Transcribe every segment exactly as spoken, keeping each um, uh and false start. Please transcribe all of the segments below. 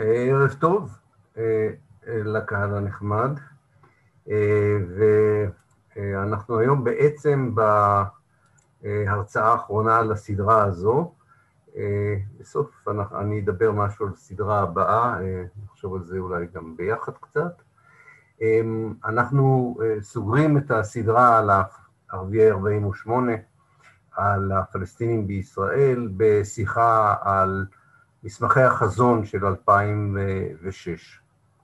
ערב טוב לקהל הנחמד, ואנחנו היום בעצם בהרצאה האחרונה על הסדרה הזו. בסוף אני אדבר משהו על הסדרה הבאה, נחשוב על זה אולי גם ביחד קצת. אנחנו סוגרים את הסדרה על ערביי ארבעים ושמונה, על הפלסטינים בישראל, בשיחה על מסמכי החזון של אלפיים ושש.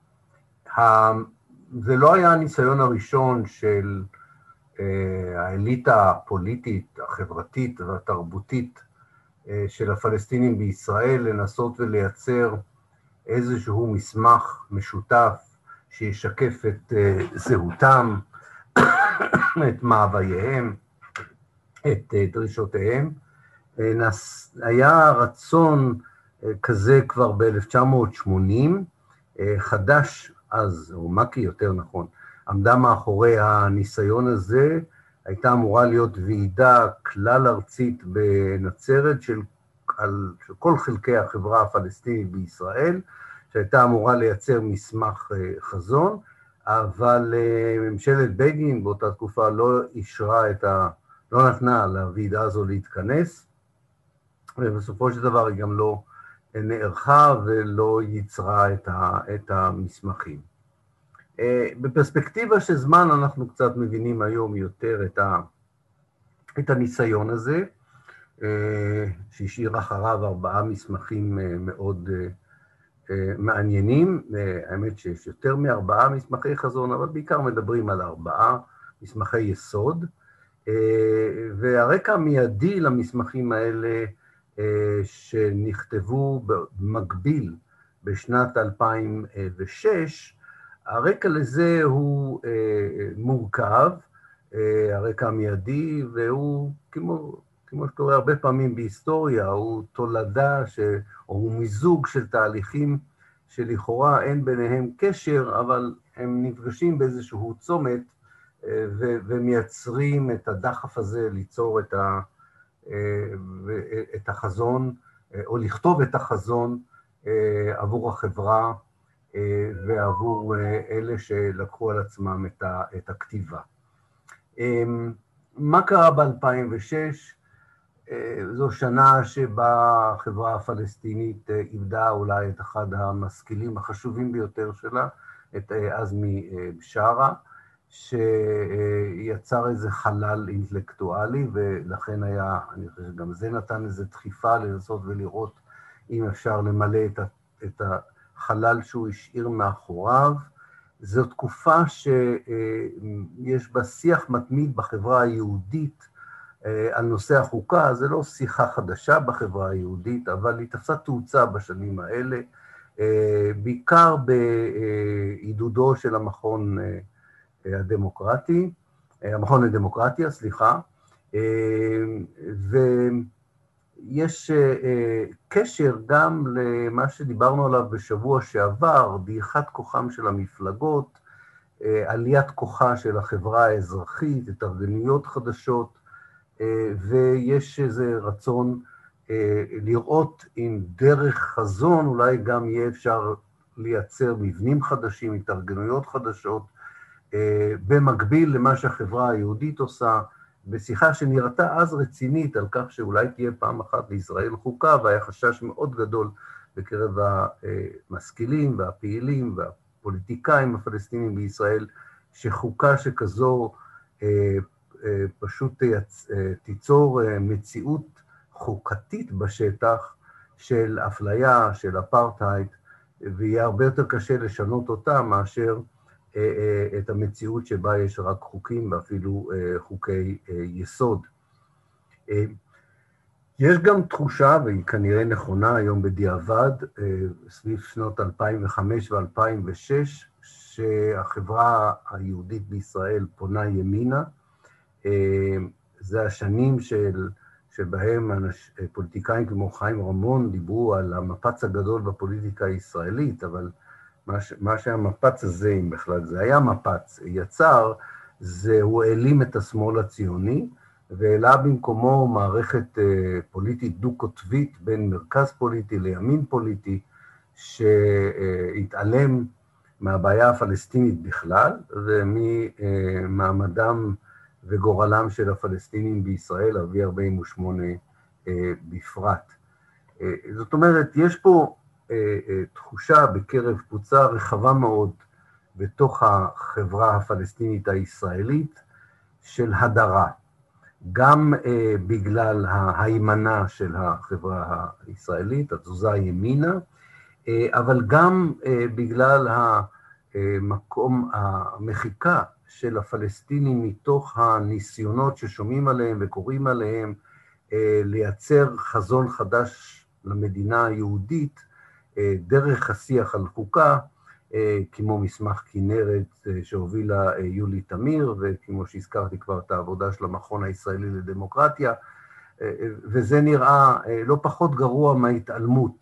זה לא היה הניסיון הראשון של האליטה הפוליטית, החברתית והתרבותית של הפלסטינים בישראל לנסות ולייצר איזשהו מסמך משותף שישקף את זהותם, את מאווייהם, את דרישותיהם. היה רצון כזה כבר ב-אלף תשע מאות שמונים, חדש אז, או מקי יותר נכון, עמדה מאחורי הניסיון הזה, הייתה אמורה להיות ועידה כלל ארצית בנצרת של, על, של כל חלקי החברה הפלסטינית בישראל, שהייתה אמורה לייצר מסמך חזון, אבל ממשלת בגין באותה תקופה לא אישרה את ה... לא נתנה לוועידה הזו להתכנס, ובסופו של דבר היא גם לא נערכה ולא ייצרה את, ה, את המסמכים. בפרספקטיבה של זמן אנחנו קצת מבינים היום יותר את, ה, את הניסיון הזה, שהשאיר אחריו ארבעה מסמכים מאוד מעניינים. האמת שיש יותר מארבעה מסמכי חזון, אבל בעיקר מדברים על ארבעה מסמכי יסוד, והרקע המיידי למסמכים האלה שנכתבו במקביל בשנת אלפיים ושש, הרקע לזה הוא מורכב, הרקע המיידי, והוא, כמו, כמו שקורה הרבה פעמים בהיסטוריה, הוא תולדה ש, או הוא מיזוג של תהליכים שלכאורה אין ביניהם קשר, אבל הם נפגשים באיזשהו צומת, ו, ומייצרים את הדחף הזה ליצור את ה... את החזון, או לכתוב את החזון עבור החברה ועבור אלה שלקחו על עצמם את הכתיבה. מה קרה ב-אלפיים ושש? זו שנה שבה החברה הפלסטינית איבדה אולי את אחד המשכילים החשובים ביותר שלה, את עזמי בשארה, שיצר איזה חלל אינטלקטואלי, ולכן היה, אני חושב שגם זה נתן איזו דחיפה לנסות ולראות אם אפשר למלא את, את החלל שהוא השאיר מאחוריו. זו תקופה שיש בה שיח מתמיד בחברה היהודית על נושא החוקה, זה לא שיחה חדשה בחברה היהודית, אבל היא תפסה תאוצה בשנים האלה, בעיקר בעידודו של המכון הדמוקרטי, המכון לדמוקרטיה, סליחה, ויש קשר גם למה שדיברנו עליו בשבוע שעבר, דעיכת כוחם של המפלגות, עליית כוחה של החברה האזרחית, התארגנויות חדשות, ויש איזה רצון לראות אם דרך חזון אולי גם יהיה אפשר לייצר מבנים חדשים, התארגנויות חדשות, במקביל למה שהחברה היהודית עושה, בשיחה שנראתה אז רצינית על כך שאולי תהיה פעם אחת לישראל חוקה, והיה חשש מאוד גדול בקרב המשכילים והפעילים והפוליטיקאים הפלסטינים בישראל, שחוקה שכזו פשוט תיצור מציאות חוקתית בשטח של אפליה, של אפרטהייד, ויהיה הרבה יותר קשה לשנות אותה מאשר את המציאות שבה יש רק חוקים ואפילו חוקי יסוד. יש גם תחושה, והיא כנראה נכונה היום בדיעבד, סביב שנות אלפיים וחמש ו-אלפיים ושש, שהחברה היהודית בישראל פונה ימינה. זה השנים של, שבהם פוליטיקאים כמו חיים רמון דיברו על המפץ הגדול בפוליטיקה הישראלית, אבל מה, ש, מה שהמפץ הזה, אם בכלל זה היה מפץ, יצר, זה הוא העלים את השמאל הציוני, והעלה במקומו מערכת פוליטית דו-קוטבית בין מרכז פוליטי לימין פוליטי, שהתעלם מהבעיה הפלסטינית בכלל, וממעמדם וגורלם של הפלסטינים בישראל, ערבי ארבעים ושמונה בפרט. זאת אומרת, יש פה תחושה בקרב קבוצה רחבה מאוד בתוך החברה הפלסטינית הישראלית של הדרה, גם בגלל ההימנה של החברה הישראלית, התזוזה ימינה, אבל גם בגלל המקום, המחיקה של הפלסטינים מתוך הניסיונות ששומעים עליהם וקוראים עליהם, לייצר חזון חדש למדינה היהודית, דרך השיח על חוקה, כמו מסמך כנרת שהובילה יולי תמיר, וכמו שהזכרתי כבר את העבודה של המכון הישראלי לדמוקרטיה, וזה נראה לא פחות גרוע מההתעלמות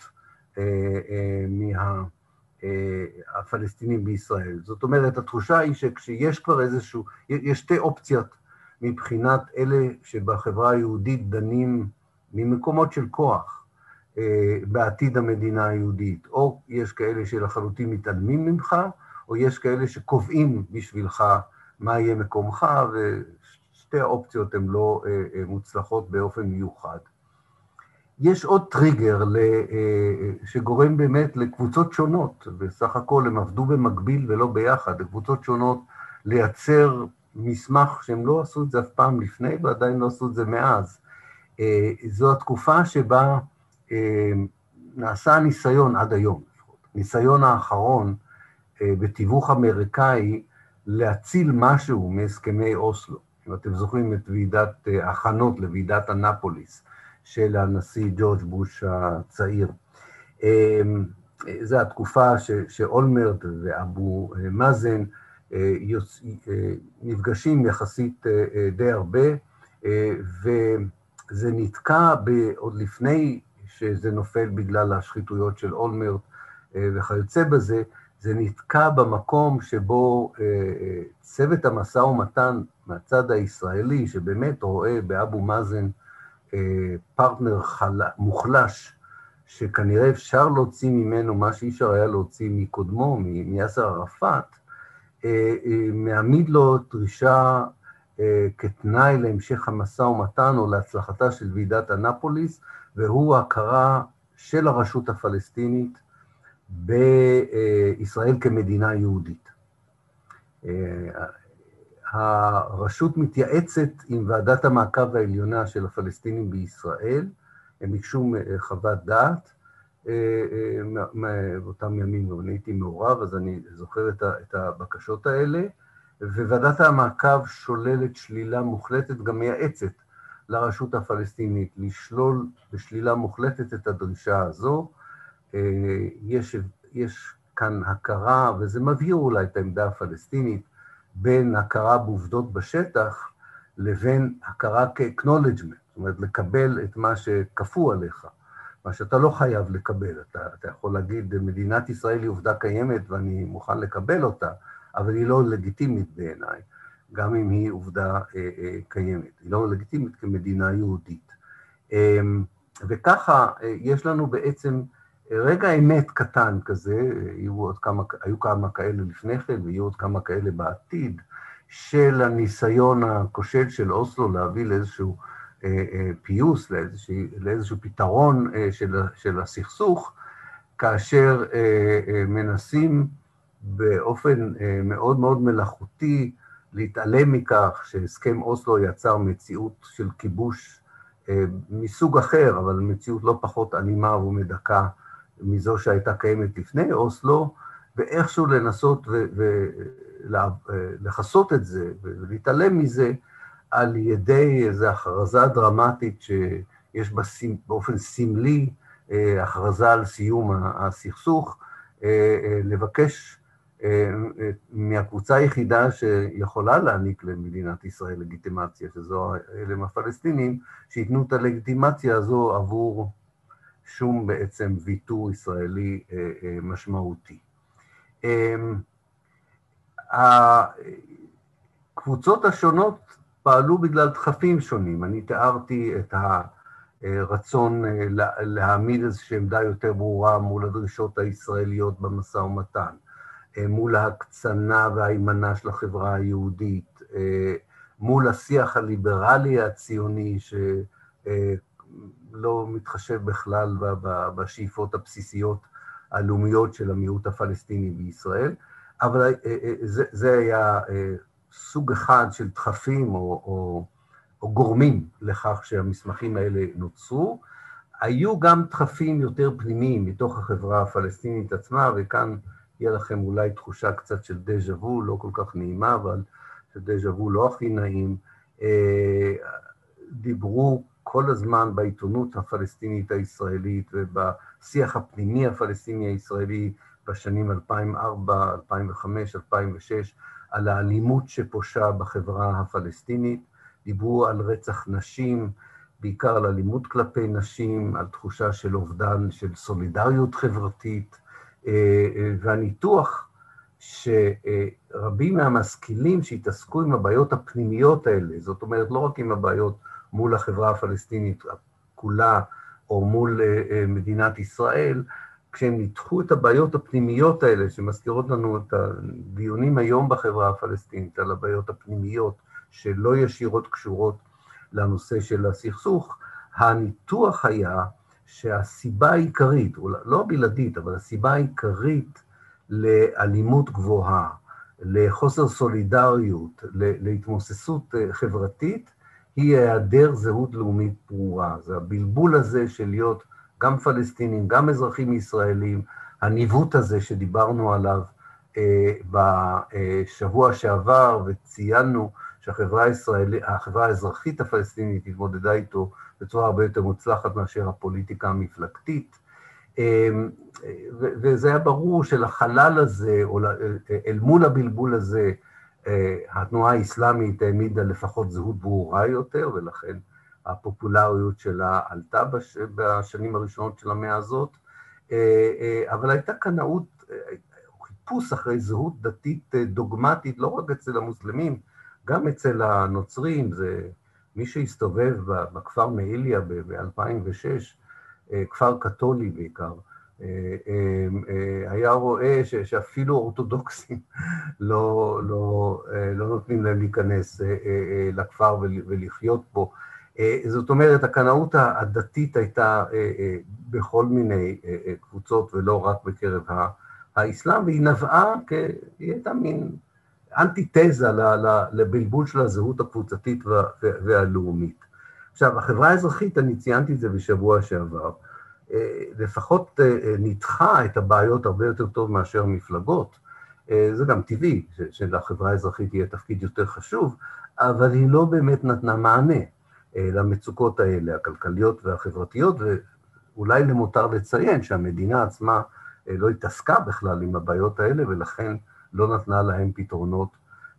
מהפלסטינים בישראל. זאת אומרת, התחושה היא שכשיש כבר איזשהו, יש שתי אופציות מבחינת אלה שבחברה היהודית דנים ממקומות של כוח, בעתיד המדינה היהודית, או יש כאלה שלחלוטין מתעלמים ממך, או יש כאלה שקובעים בשבילך מה יהיה מקומך, ושתי האופציות הן לא מוצלחות באופן מיוחד. יש עוד טריגר שגורם באמת לקבוצות שונות, בסך הכל הם עבדו במקביל ולא ביחד, לקבוצות שונות לייצר מסמך שהם לא עשו את זה אף פעם לפני, ועדיין לא עשו את זה מאז. זו התקופה שבה נעשה ניסיון עד היום, ניסיון האחרון בתיווך אמריקאי להציל משהו מהסכמי אוסלו. אם אתם זוכרים את ועידת הכנות לוועידת אנאפוליס של הנשיא ג'ורג' בוש הצעיר. זו התקופה שאולמרט ואבו מאזן נפגשים יחסית די הרבה, וזה נתקע עוד לפני שזה נופל בגלל השחיתויות של אולמרט וכיוצא בזה, זה נתקע במקום שבו צוות המשא ומתן מהצד הישראלי, שבאמת רואה באבו מאזן פרטנר מוחלש, שכנראה אפשר להוציא ממנו מה שאי אפשר היה להוציא מקודמו, מיאסר ערפאת, מעמיד לו דרישה כתנאי להמשך המשא ומתן או להצלחתה של ועידת אנאפוליס, והוא הכרה של הרשות הפלסטינית בישראל כמדינה יהודית. הרשות מתייעצת עם ועדת המעקב העליונה של הפלסטינים בישראל, הם ביקשו חוות דעת, באותם ימים אני הייתי מעורב, אז אני זוכר את הבקשות האלה, וועדת המעקב שוללת שלילה מוחלטת, גם מייעצת לרשות הפלסטינית, לשלול בשלילה מוחלטת את הדרישה הזו. יש, יש כאן הכרה, וזה מבהיר אולי את העמדה הפלסטינית, בין הכרה בעובדות בשטח, לבין הכרה כ-acknowledgement, זאת אומרת, לקבל את מה שכפו עליך, מה שאתה לא חייב לקבל. אתה, אתה יכול להגיד, מדינת ישראל היא עובדה קיימת, ואני מוכן לקבל אותה, אבל היא לא לגיטימית בעיניי, גם אם היא עובדה אה, אה, קיימת. היא לא לגיטימית כמדינה יהודית. אה, וככה אה, יש לנו בעצם רגע אמת קטן כזה, היו, עוד כמה, היו כמה כאלה לפני כן, ויהיו עוד כמה כאלה בעתיד, של הניסיון הכושל של אוסלו להביא לאיזשהו אה, אה, פיוס, לאיזשהו, לאיזשהו פתרון אה, של, של הסכסוך, כאשר אה, אה, מנסים באופן אה, מאוד מאוד מלאכותי להתעלם מכך שהסכם אוסלו יצר מציאות של כיבוש אה, מסוג אחר, אבל מציאות לא פחות אלימה ומדכאה מזו שהייתה קיימת לפני אוסלו, ואיכשהו לנסות ולחסות את זה ולהתעלם מזה על ידי איזו הכרזה דרמטית שיש בה באופן סמלי, הכרזה על סיום הסכסוך, לבקש מהקבוצה היחידה שיכולה להעניק למדינת ישראל לגיטימציה, שזו אלה הפלסטינים, שיתנו את הלגיטימציה הזו עבור שום בעצם ויתור ישראלי משמעותי. הקבוצות השונות פעלו בגלל דחפים שונים. אני תיארתי את רצון להעמיד איזושהי עמדה יותר ברורה מול הדרישות הישראליות במשא ומתן, מול ההקצנה וההימנה של החברה היהודית, מול השיח הליברלי הציוני שלא מתחשב בכלל בשאיפות הבסיסיות הלאומיות של המיעוט הפלסטיני בישראל, אבל זה, זה היה סוג אחד של דחפים או, או, או גורמים לכך שהמסמכים האלה נוצרו. היו גם דחפים יותר פנימיים מתוך החברה הפלסטינית עצמה, וכאן יהיה לכם אולי תחושה קצת של דז'ה וו, לא כל כך נעימה, אבל של דז'ה וו לא הכי נעים. דיברו כל הזמן בעיתונות הפלסטינית הישראלית ובשיח הפנימי הפלסטיני הישראלי בשנים אלפיים וארבע, אלפיים וחמש, אלפיים ושש, על האלימות שפושה בחברה הפלסטינית, דיברו על רצח נשים, בעיקר על אלימות כלפי נשים, על תחושה של אובדן של סולידריות חברתית, והניתוח שרבים מהמשכילים שהתעסקו עם הבעיות הפנימיות האלה, זאת אומרת לא רק עם הבעיות מול החברה הפלסטינית כולה או מול מדינת ישראל, כשהם ניתחו את הבעיות הפנימיות האלה, שמזכירות לנו את הדיונים היום בחברה הפלסטינית, על הבעיות הפנימיות שלא ישירות קשורות לנושא של הסכסוך, הניתוח היה שהסיבה העיקרית, לא בלעדית, אבל הסיבה העיקרית לאלימות גבוהה, לחוסר סולידריות, להתמוססות חברתית, היא היעדר זהות לאומית ברורה. זה הבלבול הזה של להיות גם פלסטינים, גם אזרחים ישראלים, הניווט הזה שדיברנו עליו בשבוע שעבר, וציינו שהחברה הישראלית, החברה האזרחית הפלסטינית התמודדה איתו בצורה הרבה יותר מוצלחת מאשר הפוליטיקה המפלגתית, וזה היה ברור שלחלל הזה, או אל מול הבלבול הזה, התנועה האסלאמית העמידה לפחות זהות ברורה יותר, ולכן הפופולריות שלה עלתה בשנים הראשונות של המאה הזאת, אבל הייתה קנאות, חיפוש אחרי זהות דתית דוגמטית, לא רק אצל המוסלמים, גם אצל הנוצרים. זה מי שהסתובב בכפר מאיליה ב-אלפיים ושש, כפר קתולי בעיקר, היה רואה שאפילו אורתודוקסים לא, לא, לא נותנים להם להיכנס לכפר ולחיות פה. זאת אומרת, הקנאות הדתית הייתה בכל מיני קבוצות ולא רק בקרב האסלאם, והיא נבעה, היא הייתה מין אנטיתזה לבלבול של הזהות הקבוצתית והלאומית. עכשיו, החברה האזרחית, אני ציינתי את זה בשבוע שעבר, לפחות ניתחה את הבעיות הרבה יותר טוב מאשר המפלגות. זה גם טבעי שלחברה האזרחית יהיה תפקיד יותר חשוב, אבל היא לא באמת נתנה מענה למצוקות האלה, הכלכליות והחברתיות, ואולי למותר לציין שהמדינה עצמה לא התעסקה בכלל עם הבעיות האלה, ולכן לא נתנה להם פתרונות.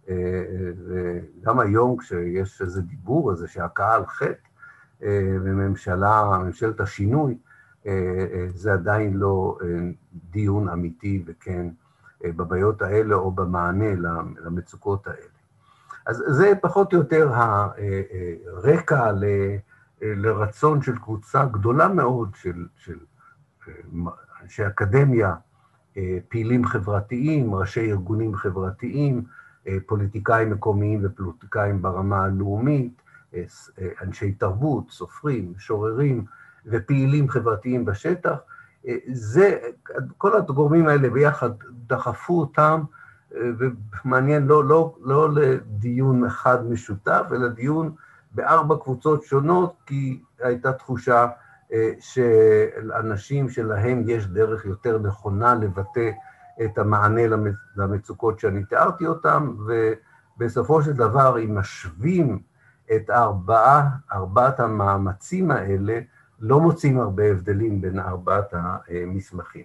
וגם היום כשיש איזה דיבור, איזה שהקהל על חטא, בממשלה, ממשלת השינוי, זה עדיין לא דיון אמיתי וכן בבעיות האלה או במענה למצוקות האלה. אז זה פחות או יותר הרקע לרצון של קבוצה גדולה מאוד של, של אנשי אקדמיה, פעילים חברתיים, ראשי ארגונים חברתיים, פוליטיקאים מקומיים ופוליטיקאים ברמה הלאומית, אנשי תרבות, סופרים, משוררים ופעילים חברתיים בשטח. זה, כל הגורמים האלה ביחד דחפו אותם, ומעניין לא, לא, לא לדיון אחד משותף, אלא דיון בארבע קבוצות שונות, כי הייתה תחושה שאנשים שלהם יש דרך יותר נכונה לבטא את המענה למצוקות שאני תיארתי אותם, ובסופו של דבר, אם משווים את ארבעה, ארבעת המאמצים האלה, לא מוצאים הרבה הבדלים בין ארבעת המסמכים.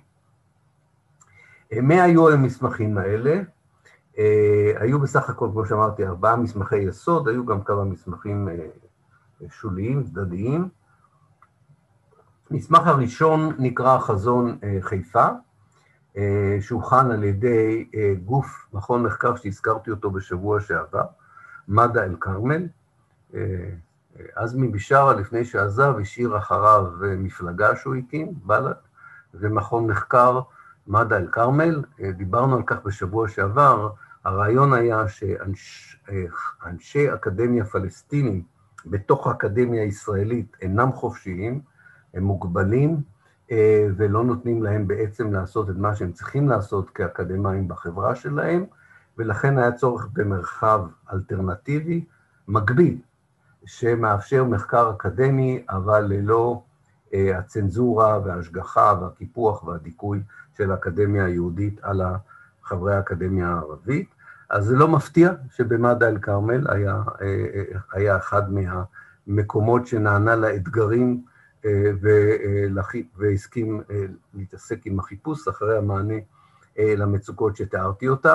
מה היו המסמכים האלה? היו בסך הכל, כמו שאמרתי, ארבעה מסמכי יסוד, היו גם כמה מסמכים שוליים, צדדיים. מסמך הראשון נקרא חזון חיפה, שהוכן על ידי גוף, מכון מחקר שהזכרתי אותו בשבוע שעבר, מדע אל-כרמל, עזמי בשארה, לפני שעזב, השאיר אחריו מפלגה שהוא הקים, בל"ד, ומכון מחקר מדע אל כרמל. דיברנו על כך בשבוע שעבר. הרעיון היה שאנשי אקדמיה פלסטינים בתוך האקדמיה הישראלית אינם חופשיים, הם מוגבלים, ולא נותנים להם בעצם לעשות את מה שהם צריכים לעשות כאקדמיים בחברה שלהם, ולכן היה צורך במרחב אלטרנטיבי, מקביל, שמאפשר מחקר אקדמי, אבל ללא הצנזורה וההשגחה והקיפוח והדיכוי של האקדמיה היהודית על חברי האקדמיה הערבית. אז זה לא מפתיע שבמדע אל כרמל היה, היה אחד מהמקומות שנענה לאתגרים והסכים להתעסק עם החיפוש אחרי המענה למצוקות שתיארתי אותם.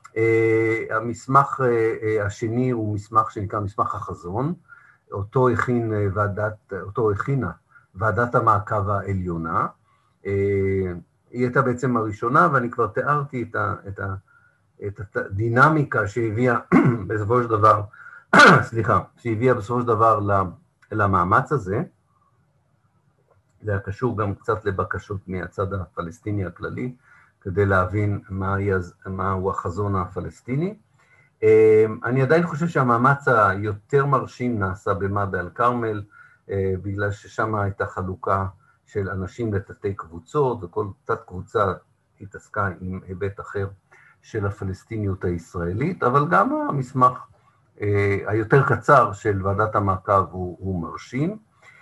המסמך השני הוא מסמך שנקרא מסמך החזון, אותו הכין ועדת, אותו הכינה ועדת המעקב העליונה. היא הייתה בעצם הראשונה, ואני כבר תיארתי את, ה, את, ה, את הדינמיקה שהביאה בסופו של דבר, סליחה, שהביאה בסופו של דבר למאמץ הזה. זה היה קשור גם קצת לבקשות מהצד הפלסטיני הכללי, כדי להבין מהו החזון הפלסטיני. אני עדיין חושב שהמאמץ היותר מרשים נעשה במדע אל כרמל, בגלל ששם הייתה חלוקה של אנשים לתתי קבוצות, וכל תת קבוצה התעסקה עם היבט אחר של הפלסטיניות הישראלית, אבל גם המסמך היותר קצר של ועדת המעקב הוא, הוא מרשים.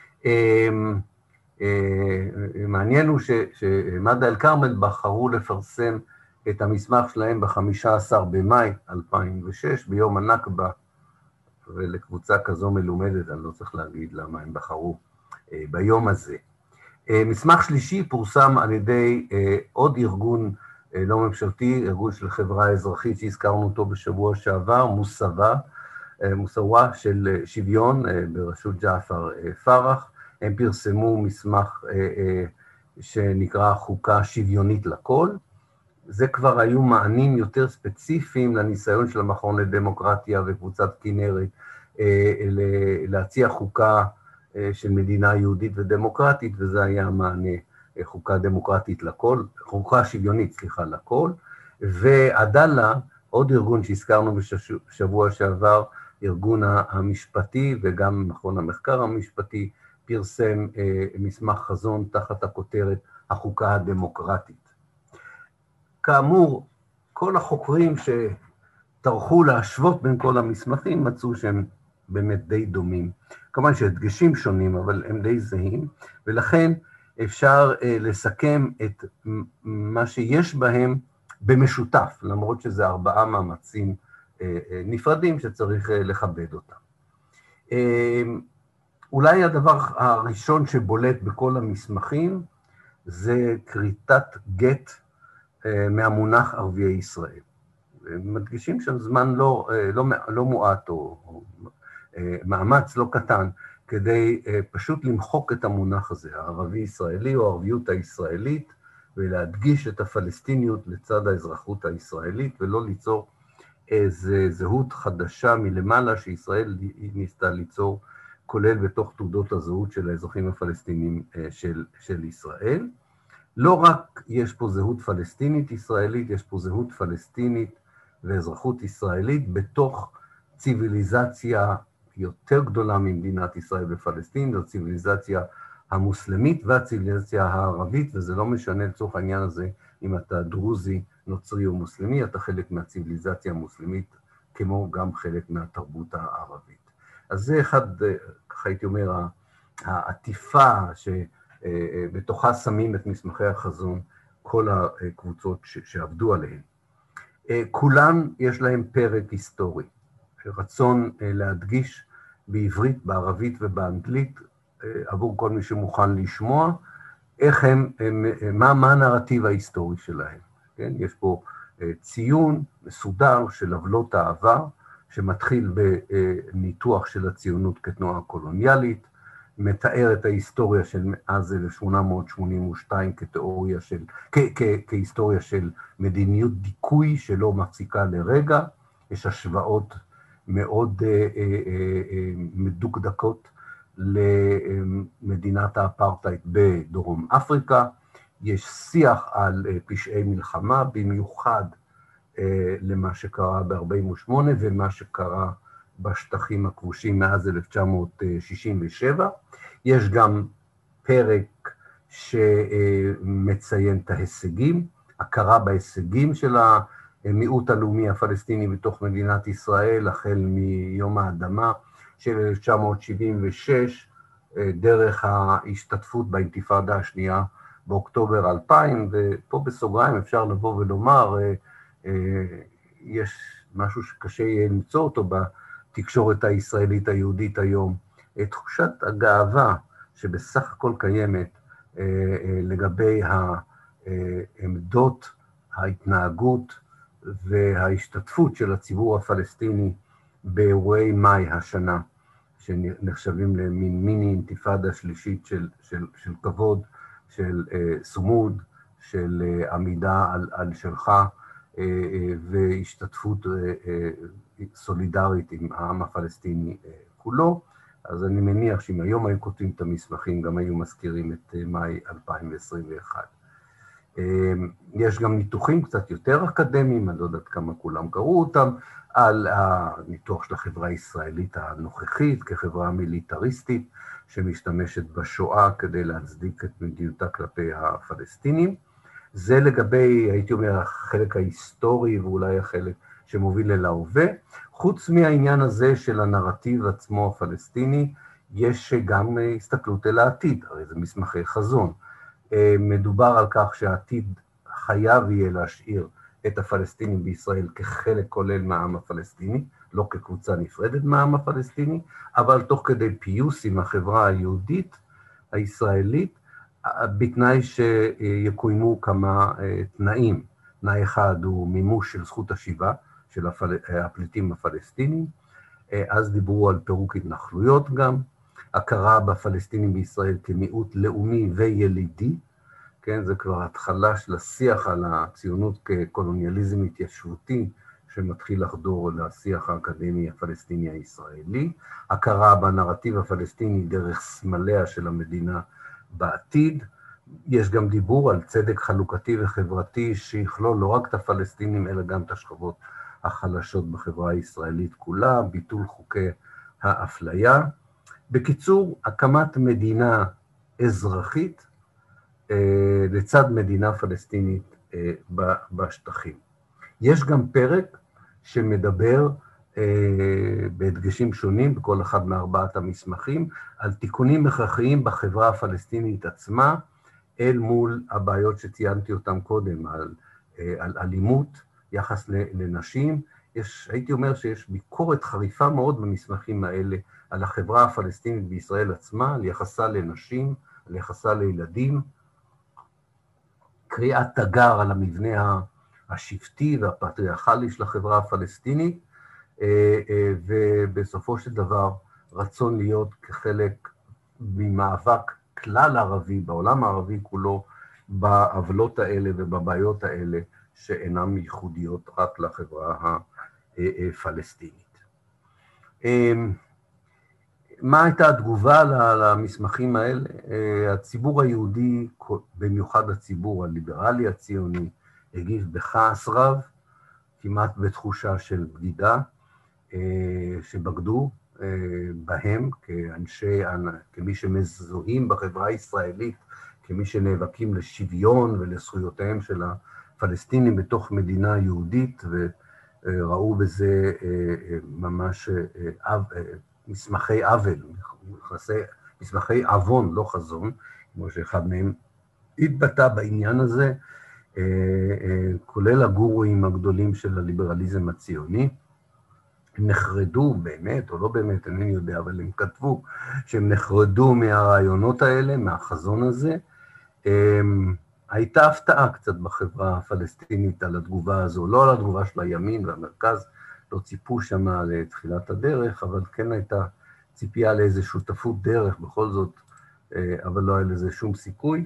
מעניין הוא שמדע אל כרמל בחרו לפרסם את המסמך שלהם ב-חמישה עשר במאי אלפיים ושש, ביום הנכבה, ולקבוצה כזו מלומדת, אני לא צריך להגיד למה הם בחרו ביום הזה. מסמך שלישי פורסם על ידי עוד ארגון לא ממשלתי, ארגון של חברה אזרחית שהזכרנו אותו בשבוע שעבר, מוסווה, מוסווה של שוויון בראשות ג'עפר פרח. הם פרסמו מסמך שנקרא חוקה שוויונית לכל. זה כבר היו מענים יותר ספציפיים לניסיון של המכון לדמוקרטיה וקבוצת כנרת להציע חוקה של מדינה יהודית ודמוקרטית, וזה היה המענה חוקה דמוקרטית לכל, חוקה שוויונית, סליחה, לכל. ועדאלה, עוד ארגון שהזכרנו בשבוע שעבר, ארגון המשפטי וגם מכון המחקר המשפטי, פרסם מסמך חזון תחת הכותרת החוקה הדמוקרטית. כאמור, כל החוקרים שטרחו להשוות בין כל המסמכים מצאו שהם באמת די דומים. כמובן שהדגשים שונים, אבל הם די זהים, ולכן אפשר לסכם את מה שיש בהם במשותף, למרות שזה ארבעה מאמצים נפרדים שצריך לכבד אותם. אולי הדבר הראשון שבולט בכל המסמכים זה כריתת גט מהמונח ערביי ישראל. מדגישים שם זמן לא, לא, לא מועט או, או מאמץ לא קטן כדי פשוט למחוק את המונח הזה, הערבי-ישראלי או הערביות הישראלית, ולהדגיש את הפלסטיניות לצד האזרחות הישראלית, ולא ליצור איזו זהות חדשה מלמעלה שישראל ניסתה ליצור, כולל בתוך תעודות הזהות של האזרחים הפלסטינים של, של ישראל. לא רק יש פה זהות פלסטינית ישראלית, יש פה זהות פלסטינית ואזרחות ישראלית בתוך ציוויליזציה יותר גדולה ממדינת ישראל ופלסטין, זו ציוויליזציה המוסלמית והציוויליזציה הערבית, וזה לא משנה לצורך העניין הזה אם אתה דרוזי, נוצרי או מוסלמי, אתה חלק מהציוויליזציה המוסלמית, כמו גם חלק מהתרבות הערבית. אז זה אחד, ככה הייתי אומר, העטיפה שבתוכה שמים את מסמכי החזון כל הקבוצות שעבדו עליהן. כולן יש להם פרק היסטורי, רצון להדגיש בעברית, בערבית ובאנגלית, עבור כל מי שמוכן לשמוע, איך הם, הם מה, מה הנרטיב ההיסטורי שלהם. כן? יש פה ציון מסודר של עוולות העבר, שמתחיל בניתוח של הציונות כתנועה קולוניאלית, מתאר את ההיסטוריה של מאז אלף שמונה מאות שמונים ושתיים כתיאוריה של, כ, כ, כהיסטוריה של מדיניות דיכוי שלא מפסיקה לרגע, יש השוואות מאוד מדוקדקות למדינת האפרטהייד בדרום אפריקה. יש שיח על פשעי מלחמה, במיוחד למה שקרה ב-ארבעים ושמונה ומה שקרה בשטחים הכבושים מאז אלף תשע מאות שישים ושבע. יש גם פרק שמציין את ההישגים, הכרה בהישגים של המיעוט הלאומי הפלסטיני בתוך מדינת ישראל, החל מיום האדמה של אלף תשע מאות שבעים ושש, דרך ההשתתפות באינתיפאדה השנייה באוקטובר אלפיים, ופה בסוגריים אפשר לבוא ולומר, יש משהו שקשה יהיה למצוא אותו בתקשורת הישראלית היהודית היום, תחושת הגאווה שבסך הכל קיימת לגבי העמדות, ההתנהגות וההשתתפות של הציבור הפלסטיני באירועי מאי השנה, שנחשבים למין מיני אינתיפאדה שלישית של, של, של כבוד, של סומוד, של עמידה על, על שלך, והשתתפות סולידרית עם העם הפלסטיני כולו. אז אני מניח שאם היום היו כותבים את המסמכים, גם היו מזכירים את מאי אלפיים עשרים ואחת. יש גם ניתוחים קצת יותר אקדמיים, אני לא יודעת כמה כולם קראו אותם, על הניתוח של החברה הישראלית הנוכחית כחברה מיליטריסטית, שמשתמשת בשואה כדי להצדיק את מדיניותה כלפי הפלסטינים. זה לגבי, הייתי אומר, החלק ההיסטורי ואולי החלק שמוביל אל ההווה. חוץ מהעניין הזה של הנרטיב עצמו הפלסטיני, יש גם הסתכלות אל העתיד, הרי זה מסמכי חזון. מדובר על כך שהעתיד חייב יהיה להשאיר את הפלסטינים בישראל כחלק כולל מהעם הפלסטיני, לא כקבוצה נפרדת מהעם הפלסטיני, אבל תוך כדי פיוס עם החברה היהודית הישראלית, בתנאי שיקוימו כמה תנאים. תנאי אחד הוא מימוש של זכות השיבה של הפל... הפליטים הפלסטינים, אז דיברו על פירוק התנחלויות גם, הכרה בפלסטינים בישראל כמיעוט לאומי וילידי, כן, זה כבר התחלה של השיח על הציונות כקולוניאליזם התיישבותי, שמתחיל לחדור לשיח האקדמי הפלסטיני הישראלי, הכרה בנרטיב הפלסטיני דרך סמליה של המדינה בעתיד, יש גם דיבור על צדק חלוקתי וחברתי שיכלול לא רק את הפלסטינים, אלא גם את השכבות החלשות בחברה הישראלית כולה, ביטול חוקי האפליה. בקיצור, הקמת מדינה אזרחית לצד מדינה פלסטינית בשטחים. יש גם פרק שמדבר בהדגשים שונים, בכל אחד מארבעת המסמכים, על תיקונים הכרחיים בחברה הפלסטינית עצמה, אל מול הבעיות שציינתי אותן קודם, על, על אלימות, יחס לנשים. יש, הייתי אומר שיש ביקורת חריפה מאוד במסמכים האלה, על החברה הפלסטינית בישראל עצמה, על יחסה לנשים, על יחסה לילדים, קריאת תגר על המבנה השבטי והפטריארכלי של החברה הפלסטינית, ובסופו של דבר רצון להיות כחלק ממאבק כלל ערבי, בעולם הערבי כולו, בעוולות האלה ובבעיות האלה, שאינן ייחודיות רק לחברה הפלסטינית. מה הייתה התגובה למסמכים האלה? הציבור היהודי, במיוחד הציבור הליברלי הציוני, הגיב בכעס רב, כמעט בתחושה של בגידה, שבגדו בהם כאנשי, כמי שמזוהים בחברה הישראלית, כמי שנאבקים לשוויון ולזכויותיהם של הפלסטינים בתוך מדינה יהודית, וראו בזה ממש מסמכי עוול, מסמכי עוון, לא חזון, כמו שאחד מהם התבטא בעניין הזה, כולל הגורואים הגדולים של הליברליזם הציוני. הם נחרדו באמת, או לא באמת, אני יודע, אבל הם כתבו שהם נחרדו מהרעיונות האלה, מהחזון הזה. הייתה הפתעה קצת בחברה הפלסטינית על התגובה הזו, לא על התגובה של הימין והמרכז, לא ציפו שמה לתחילת הדרך, אבל כן הייתה ציפייה לאיזו שותפות דרך בכל זאת, אבל לא היה לזה שום סיכוי.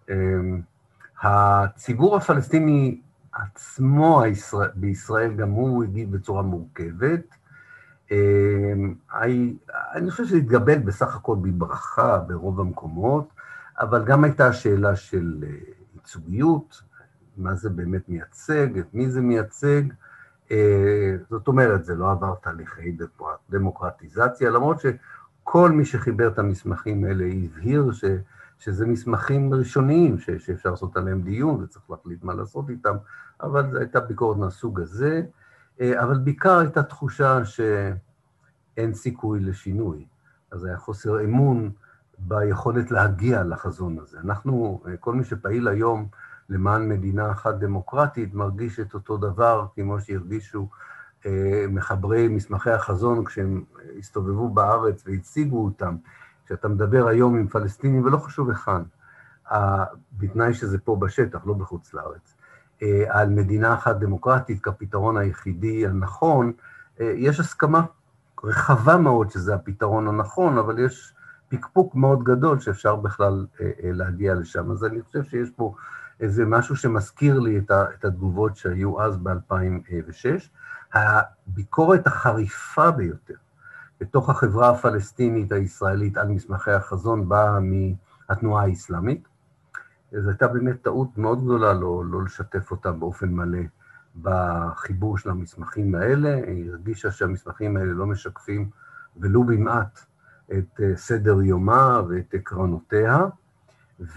הציבור הפלסטיני עצמו בישראל, גם הוא הגיב בצורה מורכבת. אני חושב שזה התגבל בסך הכל בברכה ברוב המקומות, אבל גם הייתה שאלה של ייצוגיות, מה זה באמת מייצג, את מי זה מייצג, זאת אומרת, זה לא עבר תהליכי דמוקרטיזציה, למרות שכל מי שחיבר את המסמכים האלה הבהיר ש, שזה מסמכים ראשוניים, ש, שאפשר לעשות עליהם דיון וצריך להחליט מה לעשות איתם, אבל זו הייתה ביקורת מהסוג הזה, אבל בעיקר הייתה תחושה שאין סיכוי לשינוי, אז היה חוסר אמון ביכולת להגיע לחזון הזה. אנחנו, כל מי שפעיל היום למען מדינה אחת דמוקרטית, מרגיש את אותו דבר כמו שהרגישו אה, מחברי מסמכי החזון כשהם הסתובבו בארץ והציגו אותם. כשאתה מדבר היום עם פלסטינים, ולא חשוב היכן, אה, בתנאי שזה פה בשטח, לא בחוץ לארץ, אה, על מדינה אחת דמוקרטית כפתרון היחידי הנכון, אה, יש הסכמה רחבה מאוד שזה הפתרון הנכון, אבל יש פקפוק מאוד גדול שאפשר בכלל אה, אה, להגיע לשם. אז אני חושב שיש פה איזה משהו שמזכיר לי את התגובות שהיו אז ב-אלפיים ושש. הביקורת החריפה ביותר בתוך החברה הפלסטינית הישראלית על מסמכי החזון באה מהתנועה האסלאמית. זו הייתה באמת טעות מאוד גדולה לא, לא לשתף אותה באופן מלא בחיבור של המסמכים האלה. היא הרגישה שהמסמכים האלה לא משקפים ולו במעט את סדר יומה ואת עקרונותיה, ו...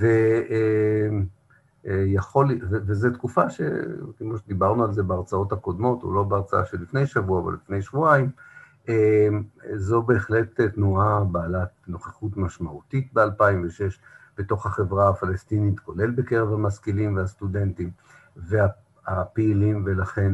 יכול, וזו תקופה שכמו שדיברנו על זה בהרצאות הקודמות, או לא בהרצאה של לפני שבוע, אבל לפני שבועיים, זו בהחלט תנועה בעלת נוכחות משמעותית ב-אלפיים ושש בתוך החברה הפלסטינית, כולל בקרב המשכילים והסטודנטים והפעילים, ולכן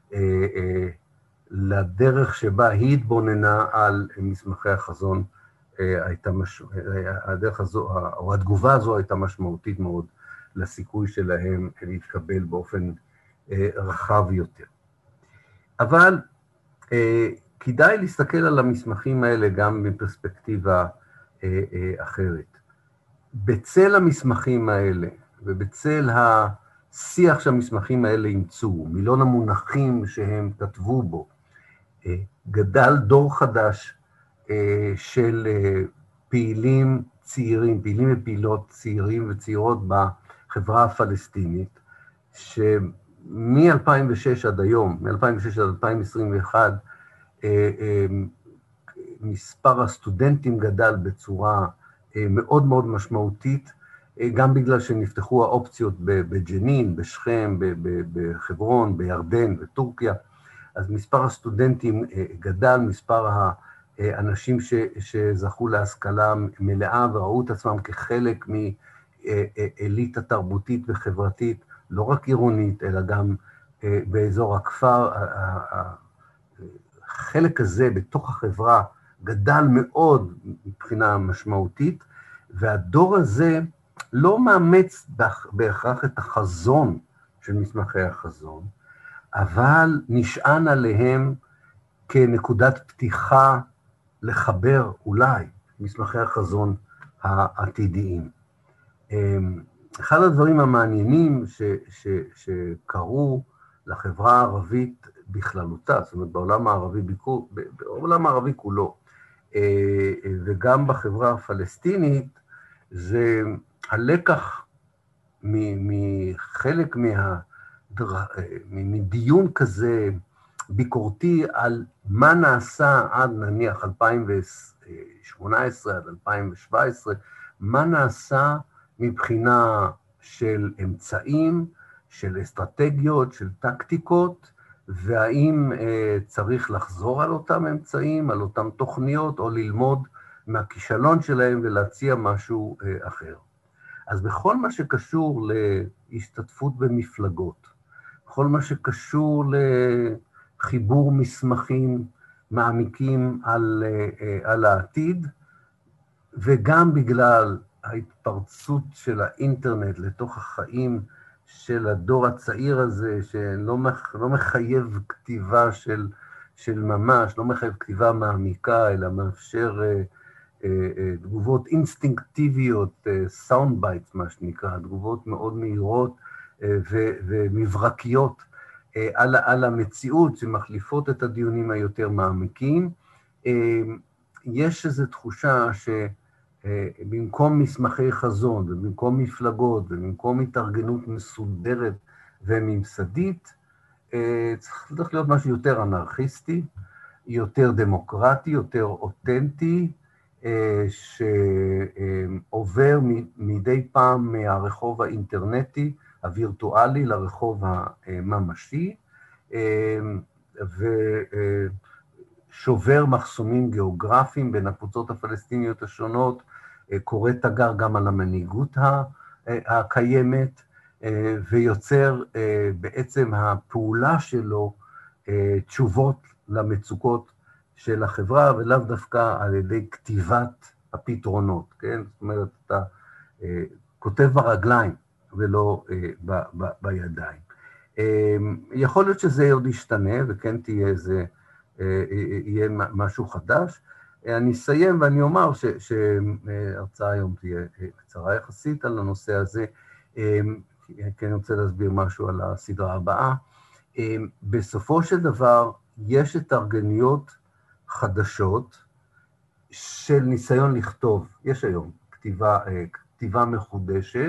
לדרך שבה היא התבוננה על מסמכי החזון, הייתה מש... הדרך הזו, או התגובה הזו הייתה משמעותית מאוד לסיכוי שלהם להתקבל באופן אה, רחב יותר. אבל אה, כדאי להסתכל על המסמכים האלה גם מפרספקטיבה אה, אה, אחרת. בצל המסמכים האלה, ובצל השיח שהמסמכים האלה אימצו, מילון המונחים שהם כתבו בו, אה, גדל דור חדש אה, של אה, פעילים צעירים, פעילים ופעילות צעירים וצעירות בחברה הפלסטינית, שמ-אלפיים ושש עד היום, מ-אלפיים ושש עד אלפיים עשרים ואחת, אה, אה, מספר הסטודנטים גדל בצורה אה, מאוד מאוד משמעותית, אה, גם בגלל שנפתחו האופציות בג'נין, בשכם, בחברון, בירדן, בטורקיה, אז מספר הסטודנטים אה, גדל, מספר ה... אנשים ש, שזכו להשכלה מלאה וראו את עצמם כחלק מאליטה תרבותית וחברתית, לא רק עירונית, אלא גם באזור הכפר. החלק הזה בתוך החברה גדל מאוד מבחינה משמעותית, והדור הזה לא מאמץ בהכרח את החזון של מסמכי החזון, אבל נשען עליהם כנקודת פתיחה לחבר אולי מסמכי החזון העתידיים. אחד הדברים המעניינים ש, ש, שקרו לחברה הערבית בכללותה, זאת אומרת בעולם הערבי, בעולם הערבי כולו, וגם בחברה הפלסטינית, זה הלקח מחלק מה, מדיון כזה ביקורתי על מה נעשה עד נניח אלפיים שמונה עשרה עד אלפיים שבע עשרה, מה נעשה מבחינה של אמצעים, של אסטרטגיות, של טקטיקות, והאם אה, צריך לחזור על אותם אמצעים, על אותם תוכניות, או ללמוד מהכישלון שלהם ולהציע משהו אה, אחר. אז בכל מה שקשור להשתתפות במפלגות, בכל מה שקשור לחיבור מסמכים מעמיקים על, על העתיד, וגם בגלל ההתפרצות של האינטרנט לתוך החיים של הדור הצעיר הזה, שלא לא מחייב כתיבה של, של ממש, לא מחייב כתיבה מעמיקה, אלא מאפשר תגובות אינסטינקטיביות, סאונד בייטס, מה שנקרא, תגובות מאוד מהירות ומברקיות על, על המציאות שמחליפות את הדיונים היותר מעמיקים, יש איזו תחושה שבמקום מסמכי חזון, ובמקום מפלגות, ובמקום התארגנות מסודרת וממסדית, צריך להיות משהו יותר אנרכיסטי, יותר דמוקרטי, יותר אותנטי, שעובר מדי פעם מהרחוב האינטרנטי, הווירטואלי, לרחוב הממשי, ושובר מחסומים גיאוגרפיים בין הקבוצות הפלסטיניות השונות, קורא תגר גם על המנהיגות הקיימת, ויוצר בעצם הפעולה שלו תשובות למצוקות של החברה, ולאו דווקא על ידי כתיבת הפתרונות, כן? זאת אומרת, אתה כותב ברגליים ולא ב- ב- בידיים. יכול להיות שזה עוד ישתנה, וכן תהיה איזה, יהיה משהו חדש. אני אסיים ואני אומר ש- שהרצאה היום תהיה קצרה יחסית על הנושא הזה, כי אני רוצה להסביר משהו על הסדרה הבאה. בסופו של דבר, יש התארגנויות חדשות של ניסיון לכתוב, יש היום כתיבה, כתיבה מחודשת,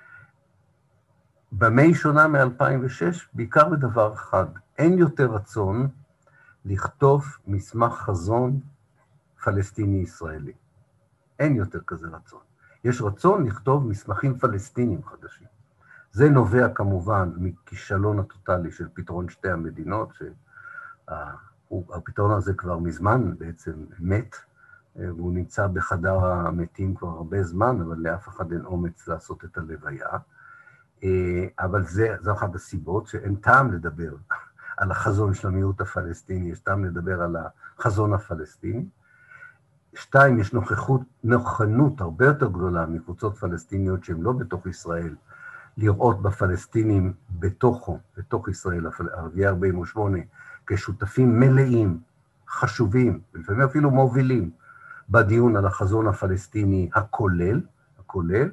במה היא שונה מ-אלפיים ושש? בעיקר בדבר אחד, אין יותר רצון לכתוב מסמך חזון פלסטיני-ישראלי. אין יותר כזה רצון. יש רצון לכתוב מסמכים פלסטינים חדשים. זה נובע כמובן מכישלון הטוטלי של פתרון שתי המדינות, שהפתרון הזה כבר מזמן בעצם מת, והוא נמצא בחדר המתים כבר הרבה זמן, אבל לאף אחד אין אומץ לעשות את הלוויה. אבל זה, זו אחת הסיבות שאין טעם לדבר על החזון של המיעוט הפלסטיני, יש טעם לדבר על החזון הפלסטיני. שתיים, יש נוכחות, נוכחות הרבה יותר גדולה מקבוצות פלסטיניות שהן לא בתוך ישראל, לראות בפלסטינים בתוכו, בתוך ישראל, ערביי ארבעים ושמונה, כשותפים מלאים, חשובים, ולפעמים אפילו מובילים, בדיון על החזון הפלסטיני הכולל, הכולל,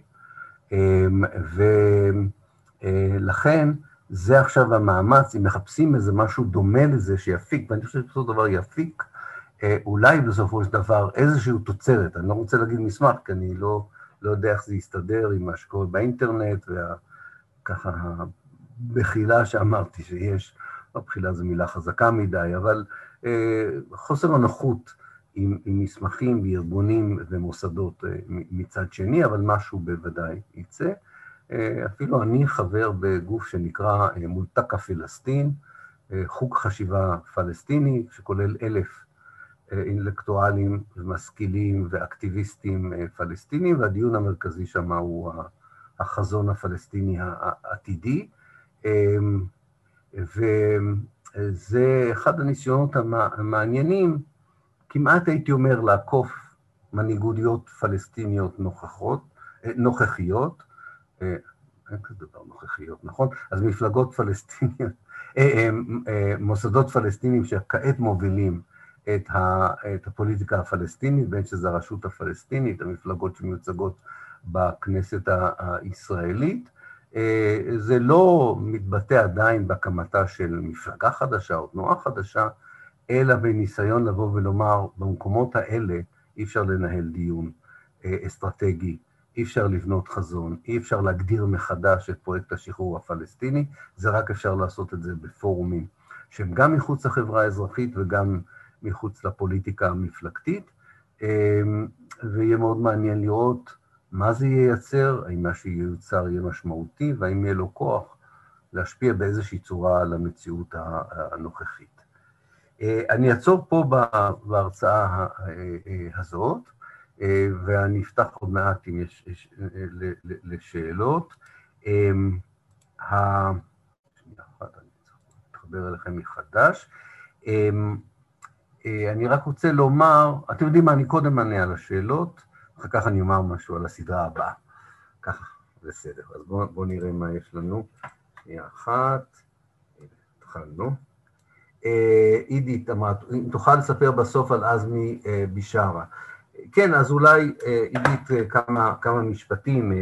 ולכן זה עכשיו המאמץ, אם מחפשים איזה משהו דומה לזה שיפיק, ואני חושב שבסופו של דבר יפיק, אולי בסופו של דבר איזשהו תוצרת, אני לא רוצה להגיד מסמך, כי אני לא, לא יודע איך זה יסתדר עם מה שקורה באינטרנט, וככה הבחילה שאמרתי שיש, הבחילה זו מילה חזקה מדי, אבל חוסר הנוחות עם, עם מסמכים וארגונים ומוסדות מצד שני, אבל משהו בוודאי יצא. אפילו אני חבר בגוף שנקרא מולתקה פלסטין, חוג חשיבה פלסטיני, שכולל אלף אינטלקטואלים ומשכילים ואקטיביסטים פלסטינים, והדיון המרכזי שם הוא החזון הפלסטיני העתידי, וזה אחד הניסיונות המעניינים, כמעט הייתי אומר לעקוף מנהיגויות פלסטיניות נוכחות, נוכחיות, אין כזה דבר נוכחיות, נכון? אז מפלגות פלסטיניות, מוסדות פלסטינים שכעת מובילים את, ה, את הפוליטיקה הפלסטינית, בין שזה הרשות הפלסטינית, המפלגות שמיוצגות בכנסת הישראלית, זה לא מתבטא עדיין בהקמתה של מפלגה חדשה או תנועה חדשה, אלא בניסיון לבוא ולומר, במקומות האלה אי אפשר לנהל דיון אסטרטגי, אי אפשר לבנות חזון, אי אפשר להגדיר מחדש את פרויקט השחרור הפלסטיני, זה רק אפשר לעשות את זה בפורומים, שהם גם מחוץ לחברה האזרחית וגם מחוץ לפוליטיקה המפלגתית, ויהיה מאוד מעניין לראות מה זה ייצר, האם מה שיוצר יהיה משמעותי, והאם יהיה לו כוח להשפיע באיזושהי צורה על המציאות הנוכחית. אני אעצור פה בהרצאה הזאת, ואני אפתח עוד מעט אם יש לשאלות. אני אתחבר אליכם מחדש. אני רק רוצה לומר, אתם יודעים מה, אני קודם ענה על השאלות, אחר כך אני אומר משהו על הסדרה הבאה. ככה, בסדר. אז בואו בוא נראה מה יש לנו. שנייה אחת, התחלנו. עידית אמרת, אם תוכל לספר בסוף על עזמי בשארה. כן, אז אולי עידית כמה, כמה משפטים.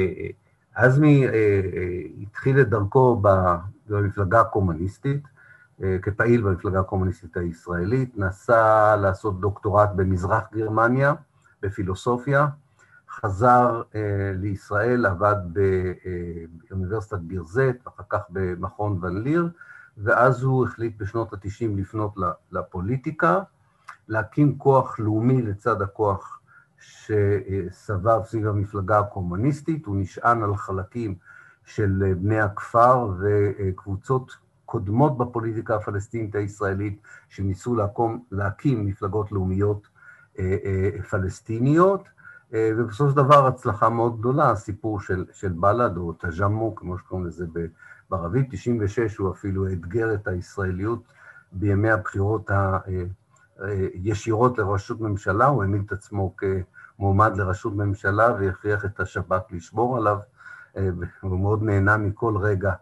עזמי התחיל את דרכו במפלגה הקומוניסטית, כפעיל במפלגה הקומוניסטית הישראלית, נסע לעשות דוקטורט במזרח גרמניה, בפילוסופיה, חזר לישראל, עבד באוניברסיטת בירזט, ואחר כך במכון ון ליר, ואז הוא החליט בשנות ה-תשעים לפנות לפוליטיקה, להקים כוח לאומי לצד הכוח שסבב סביב המפלגה הקומוניסטית, הוא נשען על חלקים של בני הכפר וקבוצות קודמות בפוליטיקה הפלסטינית הישראלית, שניסו להקים, להקים מפלגות לאומיות פלסטיניות, ובסופו של דבר הצלחה מאוד גדולה, הסיפור של, של בל"ד או תג'מו, כמו שקוראים לזה בערבית, תשעים ושש הוא אפילו אתגר את הישראליות בימי הבחירות הישירות לראשות ממשלה, הוא העמיד את עצמו כמועמד לראשות ממשלה והכריח את השב"כ לשמור עליו, הוא מאוד נהנה מכל רגע,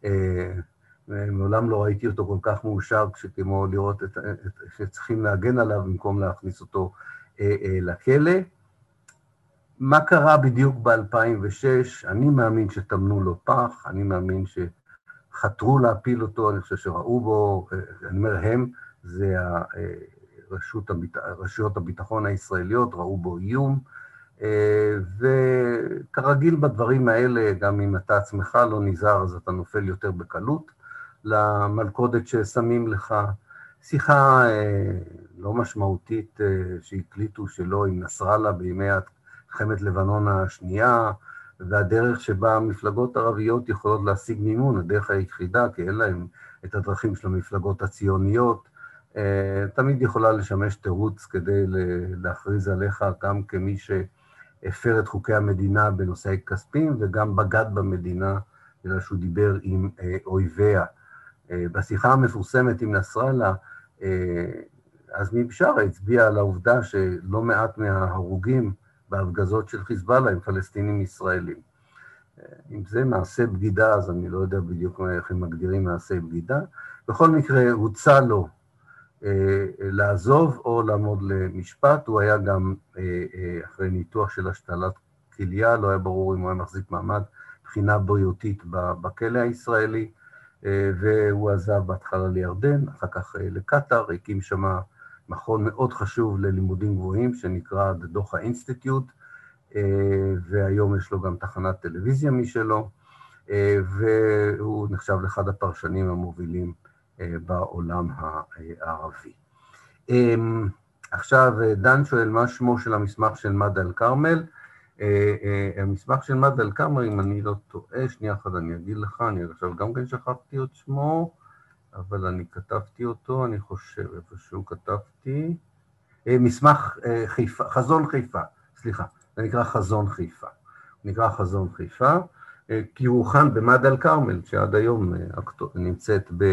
מעולם לא ראיתי אותו כל כך מאושר, כמו לראות את, את, שצריכים להגן עליו במקום להכניס אותו לכלא. מה קרה בדיוק ב-אלפיים ושש? אני מאמין שטמנו לו פח, אני מאמין שחתרו להפיל אותו, אני חושב שראו בו, אני אומר הם, זה הרשות, רשויות הביטחון הישראליות, ראו בו איום, וכרגיל בדברים האלה, גם אם אתה עצמך לא נזהר, אז אתה נופל יותר בקלות למלכודת ששמים לך. שיחה לא משמעותית שהקליטו שלו עם נסראללה בימי מלחמת לבנון השנייה, והדרך שבה המפלגות הערביות יכולות להשיג מימון, הדרך היחידה, כי אין להם את הדרכים של המפלגות הציוניות, תמיד יכולה לשמש תירוץ כדי להכריז עליך גם כמי שהפר את חוקי המדינה בנושאי כספים, וגם בגד במדינה, בגלל שהוא דיבר עם אויביה. בשיחה המפורסמת עם נסראללה, עזמי בשארה הצביע על העובדה שלא מעט מההרוגים בהפגזות של חיזבאללה הם פלסטינים ישראלים. אם זה מעשה בגידה, אז אני לא יודע בדיוק איך הם מגדירים מעשה בגידה. בכל מקרה, הוצע לו אה, לעזוב או לעמוד למשפט. הוא היה גם אה, אה, אחרי ניתוח של השתלת כליה, לא היה ברור אם הוא היה מחזיק מעמד מבחינה בריאותית בכלא הישראלי, אה, והוא עזב בהתחלה לירדן, אחר כך אה, לקטר, הקים שמה מכון מאוד חשוב ללימודים גבוהים, שנקרא The Doha Institute, והיום יש לו גם תחנת טלוויזיה משלו, והוא נחשב לאחד הפרשנים המובילים בעולם הערבי. עכשיו, דן שואל מה שמו של המסמך של מדה אל-כרמל. המסמך של מדה אל-כרמל, אם אני לא טועה, שנייה אחת אני אגיד לך, אני עכשיו גם כן שכחתי את שמו, אבל אני כתבתי אותו, אני חושב, איפשהו כתבתי, מסמך חיפה, חזון חיפה, סליחה, זה נקרא חזון חיפה, נקרא חזון חיפה, כי הוא הוכן במדה אל-כרמל, שעד היום נמצאת ב...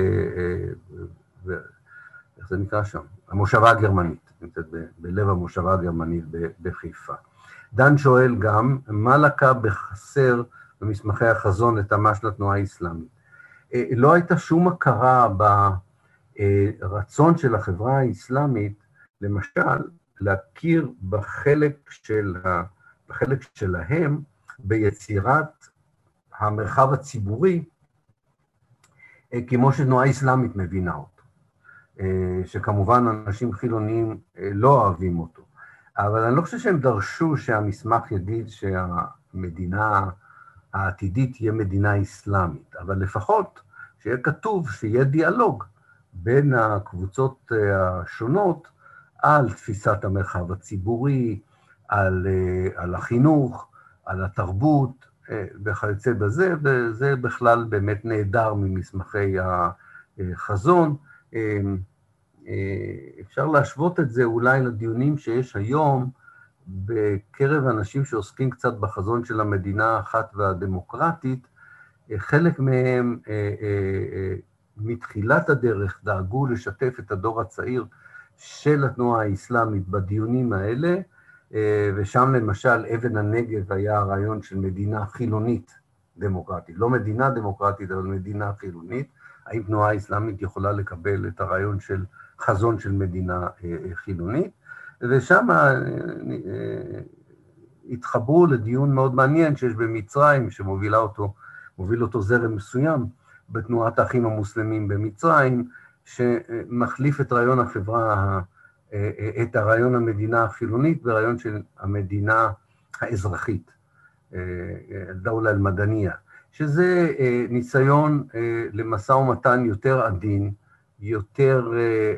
איך זה נקרא שם? המושבה הגרמנית, נמצאת בלב המושבה הגרמנית בחיפה. דן שואל גם, מה לקה בחסר במסמכי החזון לתמה של התנועה האסלאמית? לא הייתה שום הכרה ברצון של החברה האסלאמית, למשל, להכיר בחלק, של ה... בחלק שלהם ביצירת המרחב הציבורי, כמו שתנועה אסלאמית מבינה אותו, שכמובן אנשים חילוניים לא אוהבים אותו. אבל אני לא חושב שהם דרשו שהמסמך יגיד שהמדינה העתידית תהיה מדינה אסלאמית, אבל לפחות שיהיה כתוב שיהיה דיאלוג בין הקבוצות השונות על תפיסת המרחב הציבורי, על, על החינוך, על התרבות וכיוצא בזה, וזה בכלל באמת נהדר ממסמכי החזון. אפשר להשוות את זה אולי לדיונים שיש היום בקרב אנשים שעוסקים קצת בחזון של המדינה האחת והדמוקרטית. חלק מהם מתחילת הדרך דאגו לשתף את הדור הצעיר של התנועה האסלאמית בדיונים האלה, ושם למשל אבן הנגב היה הרעיון של מדינה חילונית דמוקרטית, לא מדינה דמוקרטית, אבל מדינה חילונית. האם תנועה האסלאמית יכולה לקבל את הרעיון של חזון של מדינה חילונית? ושם התחברו לדיון מאוד מעניין שיש במצרים, שמובילה אותו, מוביל אותו זרם מסוים בתנועת האחים המוסלמים במצרים, שמחליף את רעיון החברה, את הרעיון המדינה החילונית ברעיון של המדינה האזרחית, דאולה אל-מדניה, שזה ניסיון למשא ומתן יותר עדין, יותר,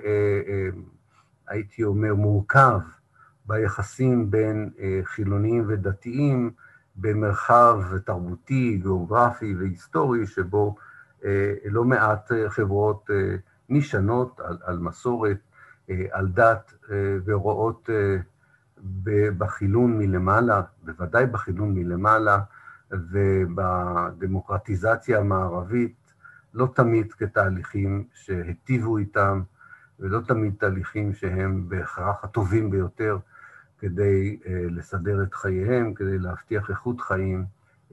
הייתי אומר, מורכב ביחסים בין חילונים ודתיים, במרחב תרבותי, גיאוגרפי והיסטורי, שבו לא מעט חברות נשענות על, על מסורת, על דת, ורואות בחילון מלמעלה, בוודאי בחילון מלמעלה, ובדמוקרטיזציה המערבית, לא תמיד כתהליכים שהטיבו איתם, ולא תמיד תהליכים שהם בהכרח הטובים ביותר, כדי לסדר את חייהם, כדי להבטיח איכות חיים,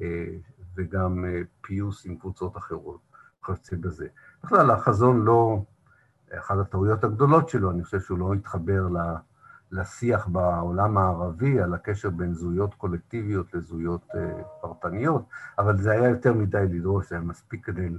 וגם פיוס עם קבוצות אחרות, חפצי בזה. בכלל, החזון לא, אחת הטעויות הגדולות שלו, אני חושב שהוא לא התחבר לשיח בעולם הערבי, על הקשר בין זהויות קולקטיביות לזהויות פרטניות, אבל זה היה יותר מדי לדרוש, זה היה מספיק כדי,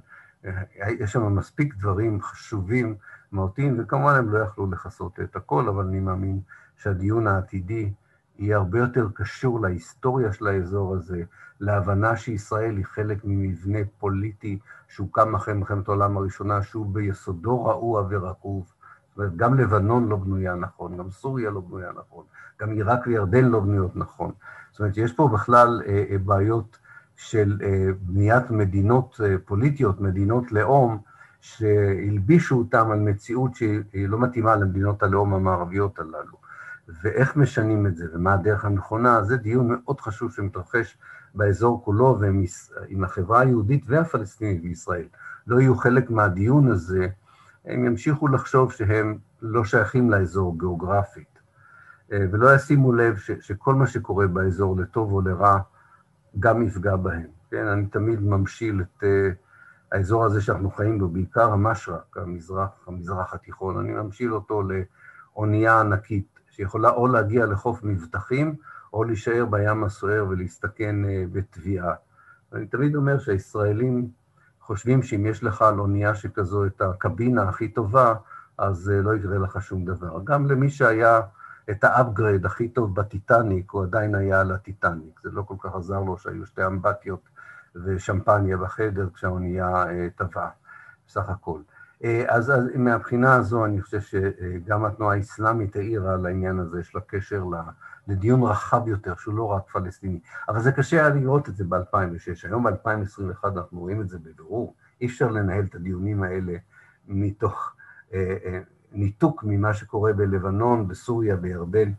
יש שם מספיק דברים חשובים, מהותיים, וכמובן הם לא יכלו לחסות את הכל, אבל אני מאמין שהדיון העתידי יהיה הרבה יותר קשור להיסטוריה של האזור הזה, להבנה שישראל היא חלק ממבנה פוליטי שהוקם אחרי מלחמת העולם הראשונה, שהוא ביסודו רעוע ורקוב. זאת אומרת, גם לבנון לא בנויה נכון, גם סוריה לא בנויה נכון, גם עיראק וירדן לא בנויות נכון. זאת אומרת, יש פה בכלל אה, בעיות של אה, בניית מדינות אה, פוליטיות, מדינות לאום, שהלבישו אותם על מציאות שהיא לא מתאימה למדינות הלאום המערביות הללו. ואיך משנים את זה, ומה הדרך הנכונה, זה דיון מאוד חשוב שמתרחש באזור כולו, ועם החברה היהודית והפלסטינית בישראל לא יהיו חלק מהדיון הזה, הם ימשיכו לחשוב שהם לא שייכים לאזור גיאוגרפית, ולא ישימו לב ש, שכל מה שקורה באזור לטוב או לרע, גם יפגע בהם. כן, אני תמיד ממשיל את האזור הזה שאנחנו חיים בו, בעיקר המשרק, המזרח, המזרח התיכון, אני ממשיל אותו לאונייה ענקית, שיכולה או להגיע לחוף מבטחים, או להישאר בים הסוער ולהסתכן בתביעה. ואני תמיד אומר שהישראלים חושבים שאם יש לך על אונייה שכזו את הקבינה הכי טובה, אז לא יקרה לך שום דבר. גם למי שהיה את האפגרייד הכי טוב בטיטניק, הוא עדיין היה על הטיטניק. זה לא כל כך עזר לו שהיו שתי אמבטיות ושמפניה בחדר כשהאונייה טבעה, בסך הכל. אז, אז מהבחינה הזו אני חושב שגם התנועה האסלאמית העירה על העניין הזה, יש לה קשר לדיון רחב יותר, שהוא לא רק פלסטיני. אבל זה קשה היה לראות את זה ב-אלפיים ושש. היום ב-אלפיים עשרים ואחת אנחנו רואים את זה בבירור. אי אפשר לנהל את הדיונים האלה מתוך אה, אה, ניתוק ממה שקורה בלבנון, בסוריה, בירדן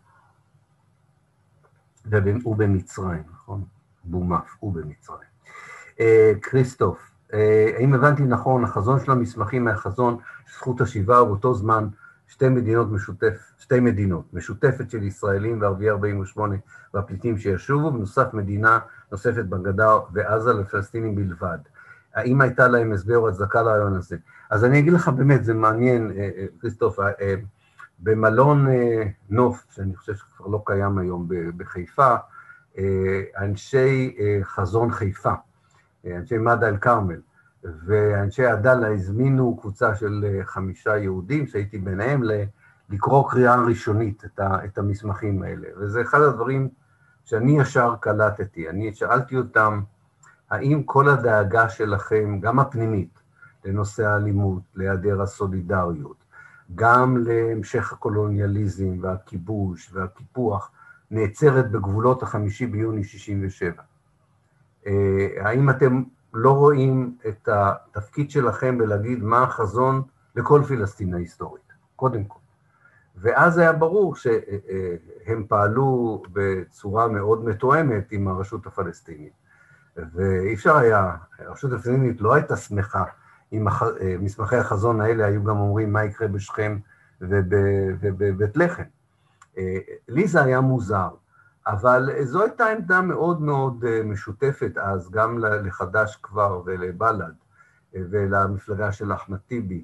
ובמצרים, נכון? בומף ובמצרים. אה, כריסטוף, האם הבנתי נכון, החזון של המסמכים מהחזון זכות השיבה, ובאותו זמן שתי מדינות משותף, שתי מדינות, משותפת של ישראלים וערביי ארבעים ושמונה והפליטים שישובו, בנוסף מדינה נוספת בגדה ועזה לפלסטינים בלבד. האם הייתה להם הסבר או הצדקה לרעיון הזה? אז אני אגיד לך באמת, זה מעניין, כריסטוף, במלון נוף, שאני חושב שכבר לא קיים היום בחיפה, אנשי חזון חיפה, אנשי מדע אל כרמל, ואנשי עדאלה הזמינו קבוצה של חמישה יהודים, שהייתי ביניהם, לקרוא קריאה ראשונית את, ה, את המסמכים האלה. וזה אחד הדברים שאני ישר קלטתי. אני שאלתי אותם, האם כל הדאגה שלכם, גם הפנימית, לנושא האלימות, להיעדר הסולידריות, גם להמשך הקולוניאליזם והכיבוש והקיפוח, נעצרת בגבולות החמישי ביוני שישים ושבע? האם אתם לא רואים את התפקיד שלכם בלהגיד מה החזון לכל פלסטין ההיסטורית, קודם כל? ואז היה ברור שהם פעלו בצורה מאוד מתואמת עם הרשות הפלסטינית. ואי אפשר היה, הרשות הפלסטינית לא הייתה שמחה אם מסמכי החזון האלה היו גם אומרים מה יקרה בשכם ובבית לחם. לי זה היה מוזר. אבל זו הייתה עמדה מאוד מאוד משותפת אז, גם לחד"ש כבר ולבל"ד ולמפלגה של אחמד טיבי,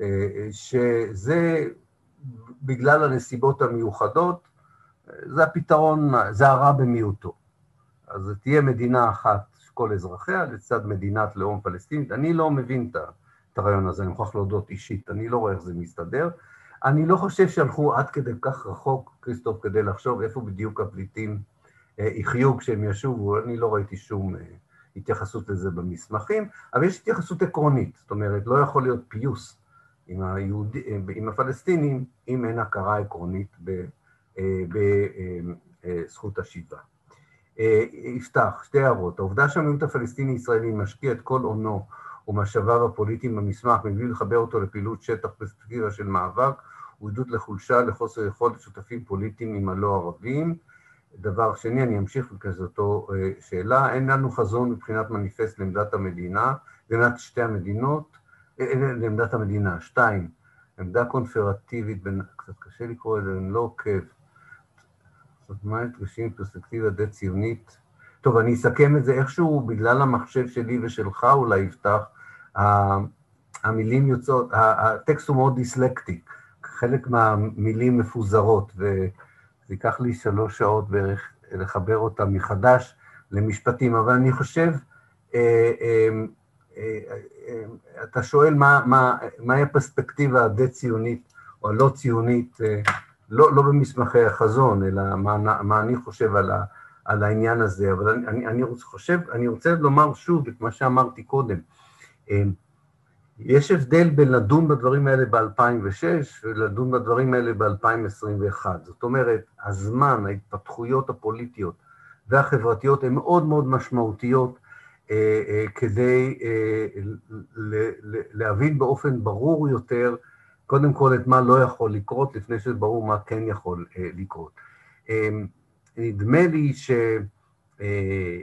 שזה בגלל הנסיבות המיוחדות, זה הפתרון, זה הרע במיעוטו. אז תהיה מדינה אחת כל אזרחיה לצד מדינת לאום פלסטינית. אני לא מבין את את הרעיון הזה, אני מוכרח להודות אישית, אני לא רואה איך זה מסתדר. אני לא חושב שהלכו עד כדי כך רחוק, כריסטוף, כדי לחשוב איפה בדיוק הפליטים יחיו כשהם ישובו, אני לא ראיתי שום התייחסות לזה במסמכים, אבל יש התייחסות עקרונית, זאת אומרת, לא יכול להיות פיוס עם, היהוד... עם הפלסטינים, אם אין הכרה עקרונית בזכות השיבה. יפתח, שתי הערות, העובדה שהמיעוט הפלסטיני-ישראלי משקיע את כל עונו ומשאביו הפוליטיים במסמך, מבלי לחבר אותו לפעילות שטח פרספקטיבה של מאבק, הוא עדות לחולשה, לחוסר יכולת שותפים פוליטיים עם הלא ערבים. דבר שני, אני אמשיך בכזאתו שאלה, אין לנו חזון מבחינת מניפסט לעמדת המדינה, לעמדת שתי המדינות, לעמדת המדינה. שתיים, עמדה קונפרטיבית, בין, קצת קשה לקרוא את זה, אני לא עוקב. זאת אומרת, רשים פרספקטיבה די ציונית. טוב, אני אסכם את זה איכשהו, בגלל המחשב שלי ושלך אולי יפתח, המילים יוצאות, הטקסט הוא מאוד דיסלקטי, חלק מהמילים מפוזרות, וזה ייקח לי שלוש שעות בערך לחבר אותם מחדש למשפטים, אבל אני חושב, אתה שואל מה, מה, מהי הפרספקטיבה הדי-ציונית או הלא ציונית, לא, לא במסמכי החזון, אלא מה, מה אני חושב על, ה, על העניין הזה, אבל אני, אני, אני חושב, אני רוצה לומר שוב את מה שאמרתי קודם, יש הבדל בין לדון בדברים האלה ב-אלפיים ושש ולדון בדברים האלה ב-אלפיים עשרים ואחת. זאת אומרת, הזמן, ההתפתחויות הפוליטיות והחברתיות הן מאוד מאוד משמעותיות אה, אה, כדי אה, ל- ל- להבין באופן ברור יותר, קודם כל את מה לא יכול לקרות, לפני שברור מה כן יכול אה, לקרות. אה, נדמה לי ש... אה,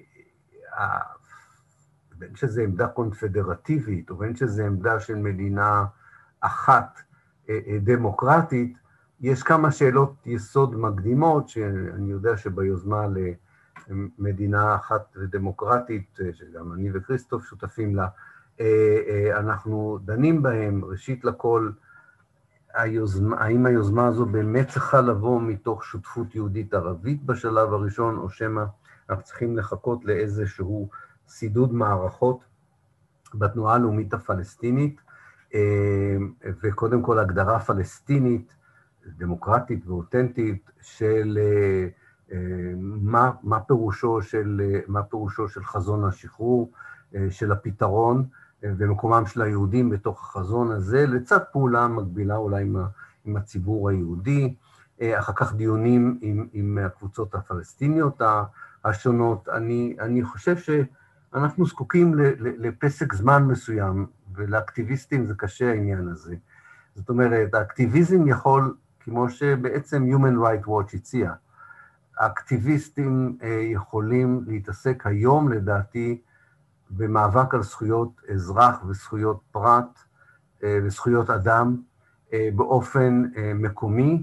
בין שזה עמדה קונפדרטיבית, או בין שזה עמדה של מדינה אחת דמוקרטית, יש כמה שאלות יסוד מקדימות, שאני יודע שביוזמה למדינה אחת ודמוקרטית, שגם אני וכריסטוף שותפים לה, אנחנו דנים בהם. ראשית לכל, היוזמה, האם היוזמה הזו באמת צריכה לבוא מתוך שותפות יהודית ערבית בשלב הראשון, או שמה אנחנו צריכים לחכות לאיזשהו סידוד מערכות בתנועה הלאומית הפלסטינית, וקודם כל הגדרה פלסטינית, דמוקרטית ואותנטית, של מה, מה פירושו של, מה פירושו של חזון השחרור, של הפתרון, ומקומם של היהודים בתוך החזון הזה, לצד פעולה מקבילה אולי עם, עם הציבור היהודי, אחר כך דיונים עם, עם הקבוצות הפלסטיניות השונות. אני, אני חושב ש... אנחנו זקוקים לפסק זמן מסוים, ולאקטיביסטים זה קשה העניין הזה. זאת אומרת, האקטיביזם יכול, כמו שבעצם Human Rights Watch הציע, האקטיביסטים יכולים להתעסק היום, לדעתי, במאבק על זכויות אזרח וזכויות פרט וזכויות אדם באופן מקומי,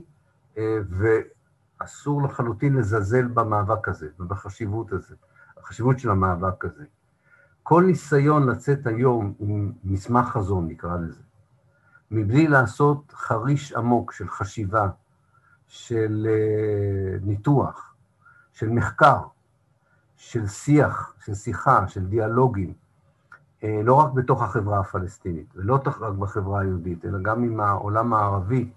ואסור לחלוטין לזלזל במאבק הזה ובחשיבות הזה, החשיבות של המאבק הזה. כל ניסיון לצאת היום עם מסמך חזון, נקרא לזה, מבלי לעשות חריש עמוק של חשיבה, של ניתוח, של מחקר, של שיח, של שיחה, של דיאלוגים, לא רק בתוך החברה הפלסטינית, ולא רק בחברה היהודית, אלא גם עם העולם הערבי,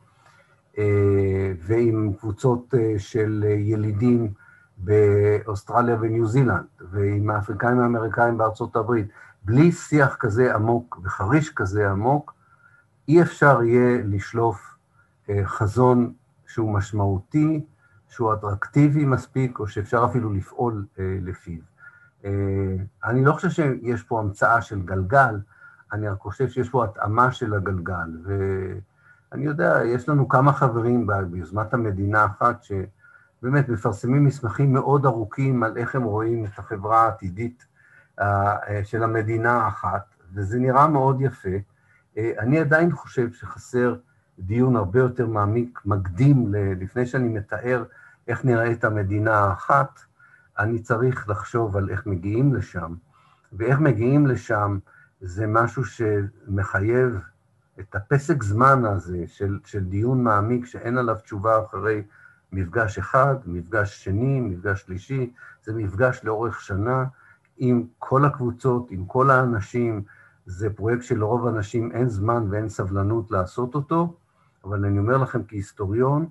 ועם קבוצות של ילידים באוסטרליה וניו זילנד, ועם האפריקאים האמריקאים בארצות הברית. בלי שיח כזה עמוק וחריש כזה עמוק, אי אפשר יהיה לשלוף חזון שהוא משמעותי, שהוא אטרקטיבי מספיק, או שאפשר אפילו לפעול לפיו. אני לא חושב שיש פה המצאה של גלגל, אני רק חושב שיש פה התאמה של הגלגל, ואני יודע, יש לנו כמה חברים ביוזמת המדינה אחת, שבאמת מפרסמים מסמכים מאוד ארוכים על איך הם רואים את החברה העתידית של המדינה האחת, וזה נראה מאוד יפה. אני עדיין חושב שחסר דיון הרבה יותר מעמיק, מקדים, לפני שאני מתאר איך נראית המדינה האחת, אני צריך לחשוב על איך מגיעים לשם, ואיך מגיעים לשם זה משהו שמחייב את הפסק זמן הזה של, של דיון מעמיק שאין עליו תשובה אחרי מפגש אחד, מפגש שני, מפגש שלישי, זה מפגש לאורך שנה עם כל הקבוצות, עם כל האנשים, זה פרויקט שלרוב האנשים אין זמן ואין סבלנות לעשות אותו, אבל אני אומר לכם כהיסטוריון,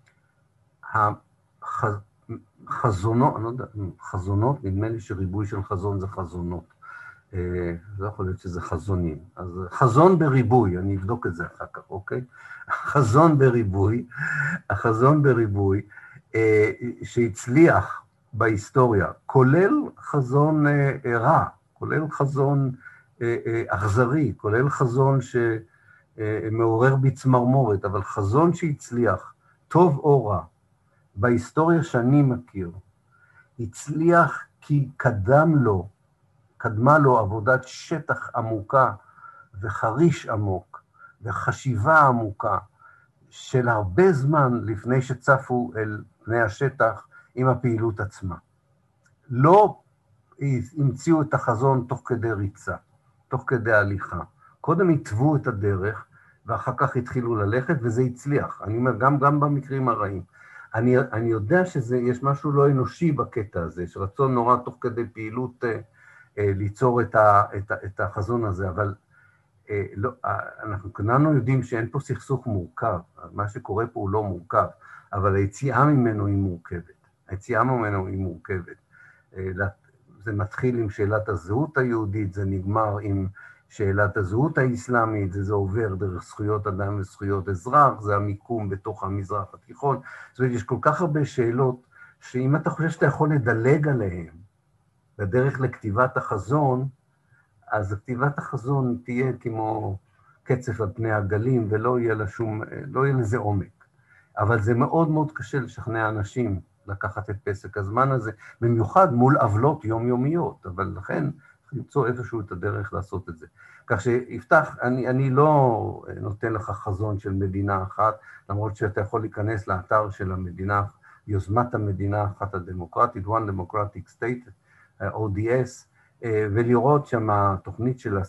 החזונות, אני לא יודע, חזונות, נדמה לי שריבוי של חזון זה חזונות. לא יכול להיות שזה חזונים. אז חזון בריבוי, אני אבדוק את זה אחר כך, אוקיי? חזון בריבוי, החזון בריבוי, שהצליח בהיסטוריה, כולל חזון רע, כולל חזון אכזרי, כולל חזון שמעורר בצמרמורת, אבל חזון שהצליח, טוב או רע, בהיסטוריה שאני מכיר, הצליח כי קדם לו, קדמה לו עבודת שטח עמוקה וחריש עמוק וחשיבה עמוקה של הרבה זמן לפני שצפו אל פני השטח עם הפעילות עצמה. לא המציאו את החזון תוך כדי ריצה, תוך כדי הליכה. קודם התוו את הדרך ואחר כך התחילו ללכת וזה הצליח. אני אומר, גם, גם במקרים הרעים. אני, אני יודע שיש משהו לא אנושי בקטע הזה, שרצון נורא תוך כדי פעילות ליצור את, ה, את, ה, את החזון הזה, אבל לא, אנחנו כולנו יודעים שאין פה סכסוך מורכב, מה שקורה פה הוא לא מורכב, אבל היציאה ממנו היא מורכבת, היציאה ממנו היא מורכבת. זה מתחיל עם שאלת הזהות היהודית, זה נגמר עם שאלת הזהות האסלאמית, זה, זה עובר דרך זכויות אדם וזכויות אזרח, זה המיקום בתוך המזרח התיכון, זאת אומרת, יש כל כך הרבה שאלות, שאם אתה חושב שאתה יכול לדלג עליהן, בדרך לכתיבת החזון, אז כתיבת החזון תהיה כמו קצף על פני הגלים, ולא יהיה לה שום, לא יהיה לזה עומק. אבל זה מאוד מאוד קשה לשכנע אנשים לקחת את פסק הזמן הזה, במיוחד מול עוולות יומיומיות, אבל לכן למצוא איפשהו את הדרך לעשות את זה. כך שיפתח, אני, אני לא נותן לך חזון של מדינה אחת, למרות שאתה יכול להיכנס לאתר של המדינה, יוזמת המדינה אחת הדמוקרטית, One Democratic State, או די אס, ולראות שם התוכנית של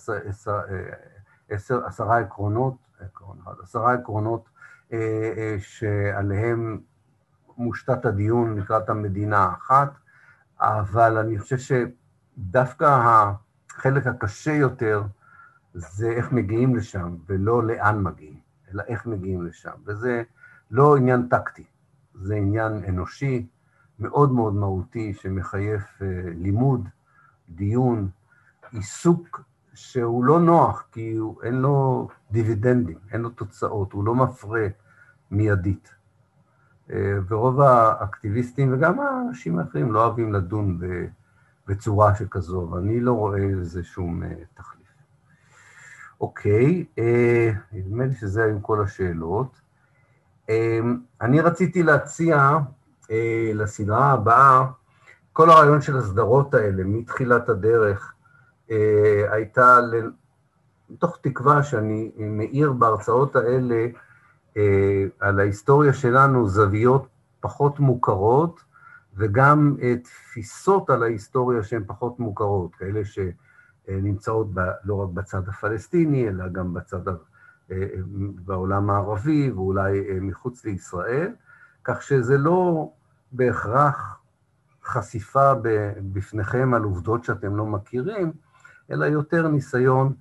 עשרה עקרונות, עשרה עקרונות שעליהם מושתת הדיון לקראת המדינה האחת, אבל אני חושב שדווקא החלק הקשה יותר זה איך מגיעים לשם, ולא לאן מגיעים, אלא איך מגיעים לשם, וזה לא עניין טקטי, זה עניין אנושי, מאוד מאוד מהותי שמחייב לימוד, דיון, עיסוק שהוא לא נוח, כי הוא, אין לו דיבידנדים, אין לו תוצאות, הוא לא מפרה מיידית. ורוב האקטיביסטים וגם האנשים האחרים לא אוהבים לדון בצורה שכזו, ואני לא רואה לזה שום תחליף. אוקיי, נדמה לי שזה היו כל השאלות. אני רציתי להציע לסדרה הבאה, כל הרעיון של הסדרות האלה, מתחילת הדרך, הייתה מתוך תקווה שאני מאיר בהרצאות האלה על ההיסטוריה שלנו זוויות פחות מוכרות, וגם תפיסות על ההיסטוריה שהן פחות מוכרות, כאלה שנמצאות לא רק בצד הפלסטיני, אלא גם בצד בעולם הערבי, ואולי מחוץ לישראל, כך שזה לא בהכרח חשיפה בפניכם על עובדות שאתם לא מכירים, אלא יותר ניסיון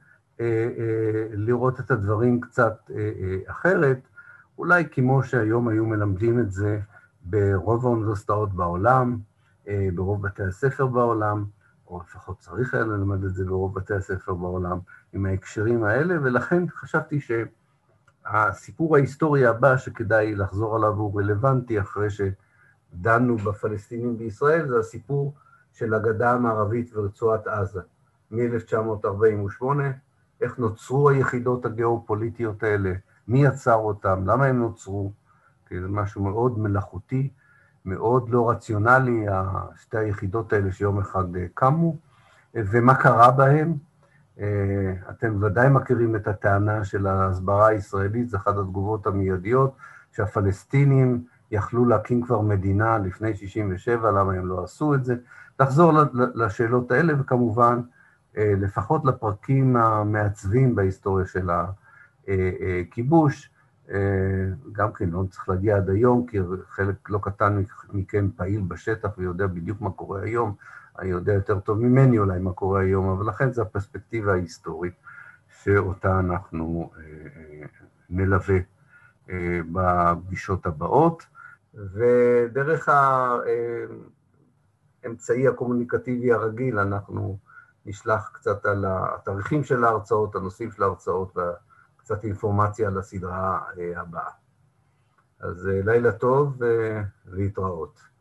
לראות את הדברים קצת אחרת, אולי כמו שהיום היו מלמדים את זה ברוב האוניברסיטאות בעולם, ברוב בתי הספר בעולם, או לפחות צריך היה ללמד את זה ברוב בתי הספר בעולם, עם ההקשרים האלה, ולכן חשבתי שהסיפור ההיסטורי הבא שכדאי לחזור עליו הוא רלוונטי אחרי שדנו בפלסטינים בישראל, זה הסיפור של הגדה המערבית ורצועת עזה, מ-אלף תשע מאות ארבעים ושמונה, איך נוצרו היחידות הגיאופוליטיות האלה, מי יצר אותם, למה הם נוצרו, כי זה משהו מאוד מלאכותי, מאוד לא רציונלי, שתי היחידות האלה שיום אחד קמו, ומה קרה בהם. אתם ודאי מכירים את הטענה של ההסברה הישראלית, זה אחת התגובות המיידיות, שהפלסטינים יכלו להקים כבר מדינה לפני שישים ושבע, למה הם לא עשו את זה. לחזור לשאלות האלה, וכמובן, לפחות לפרקים המעצבים בהיסטוריה של הכיבוש, גם כן לא צריך להגיע עד היום, כי חלק לא קטן מכם פעיל בשטח ויודע בדיוק מה קורה היום, אני יודע יותר טוב ממני אולי מה קורה היום, אבל לכן זה הפרספקטיבה ההיסטורית. שאותה אנחנו נלווה בפגישות הבאות, ודרך האמצעי הקומוניקטיבי הרגיל אנחנו נשלח קצת על התאריכים של ההרצאות, הנושאים של ההרצאות, וקצת אינפורמציה על הסדרה הבאה. אז לילה טוב ולהתראות.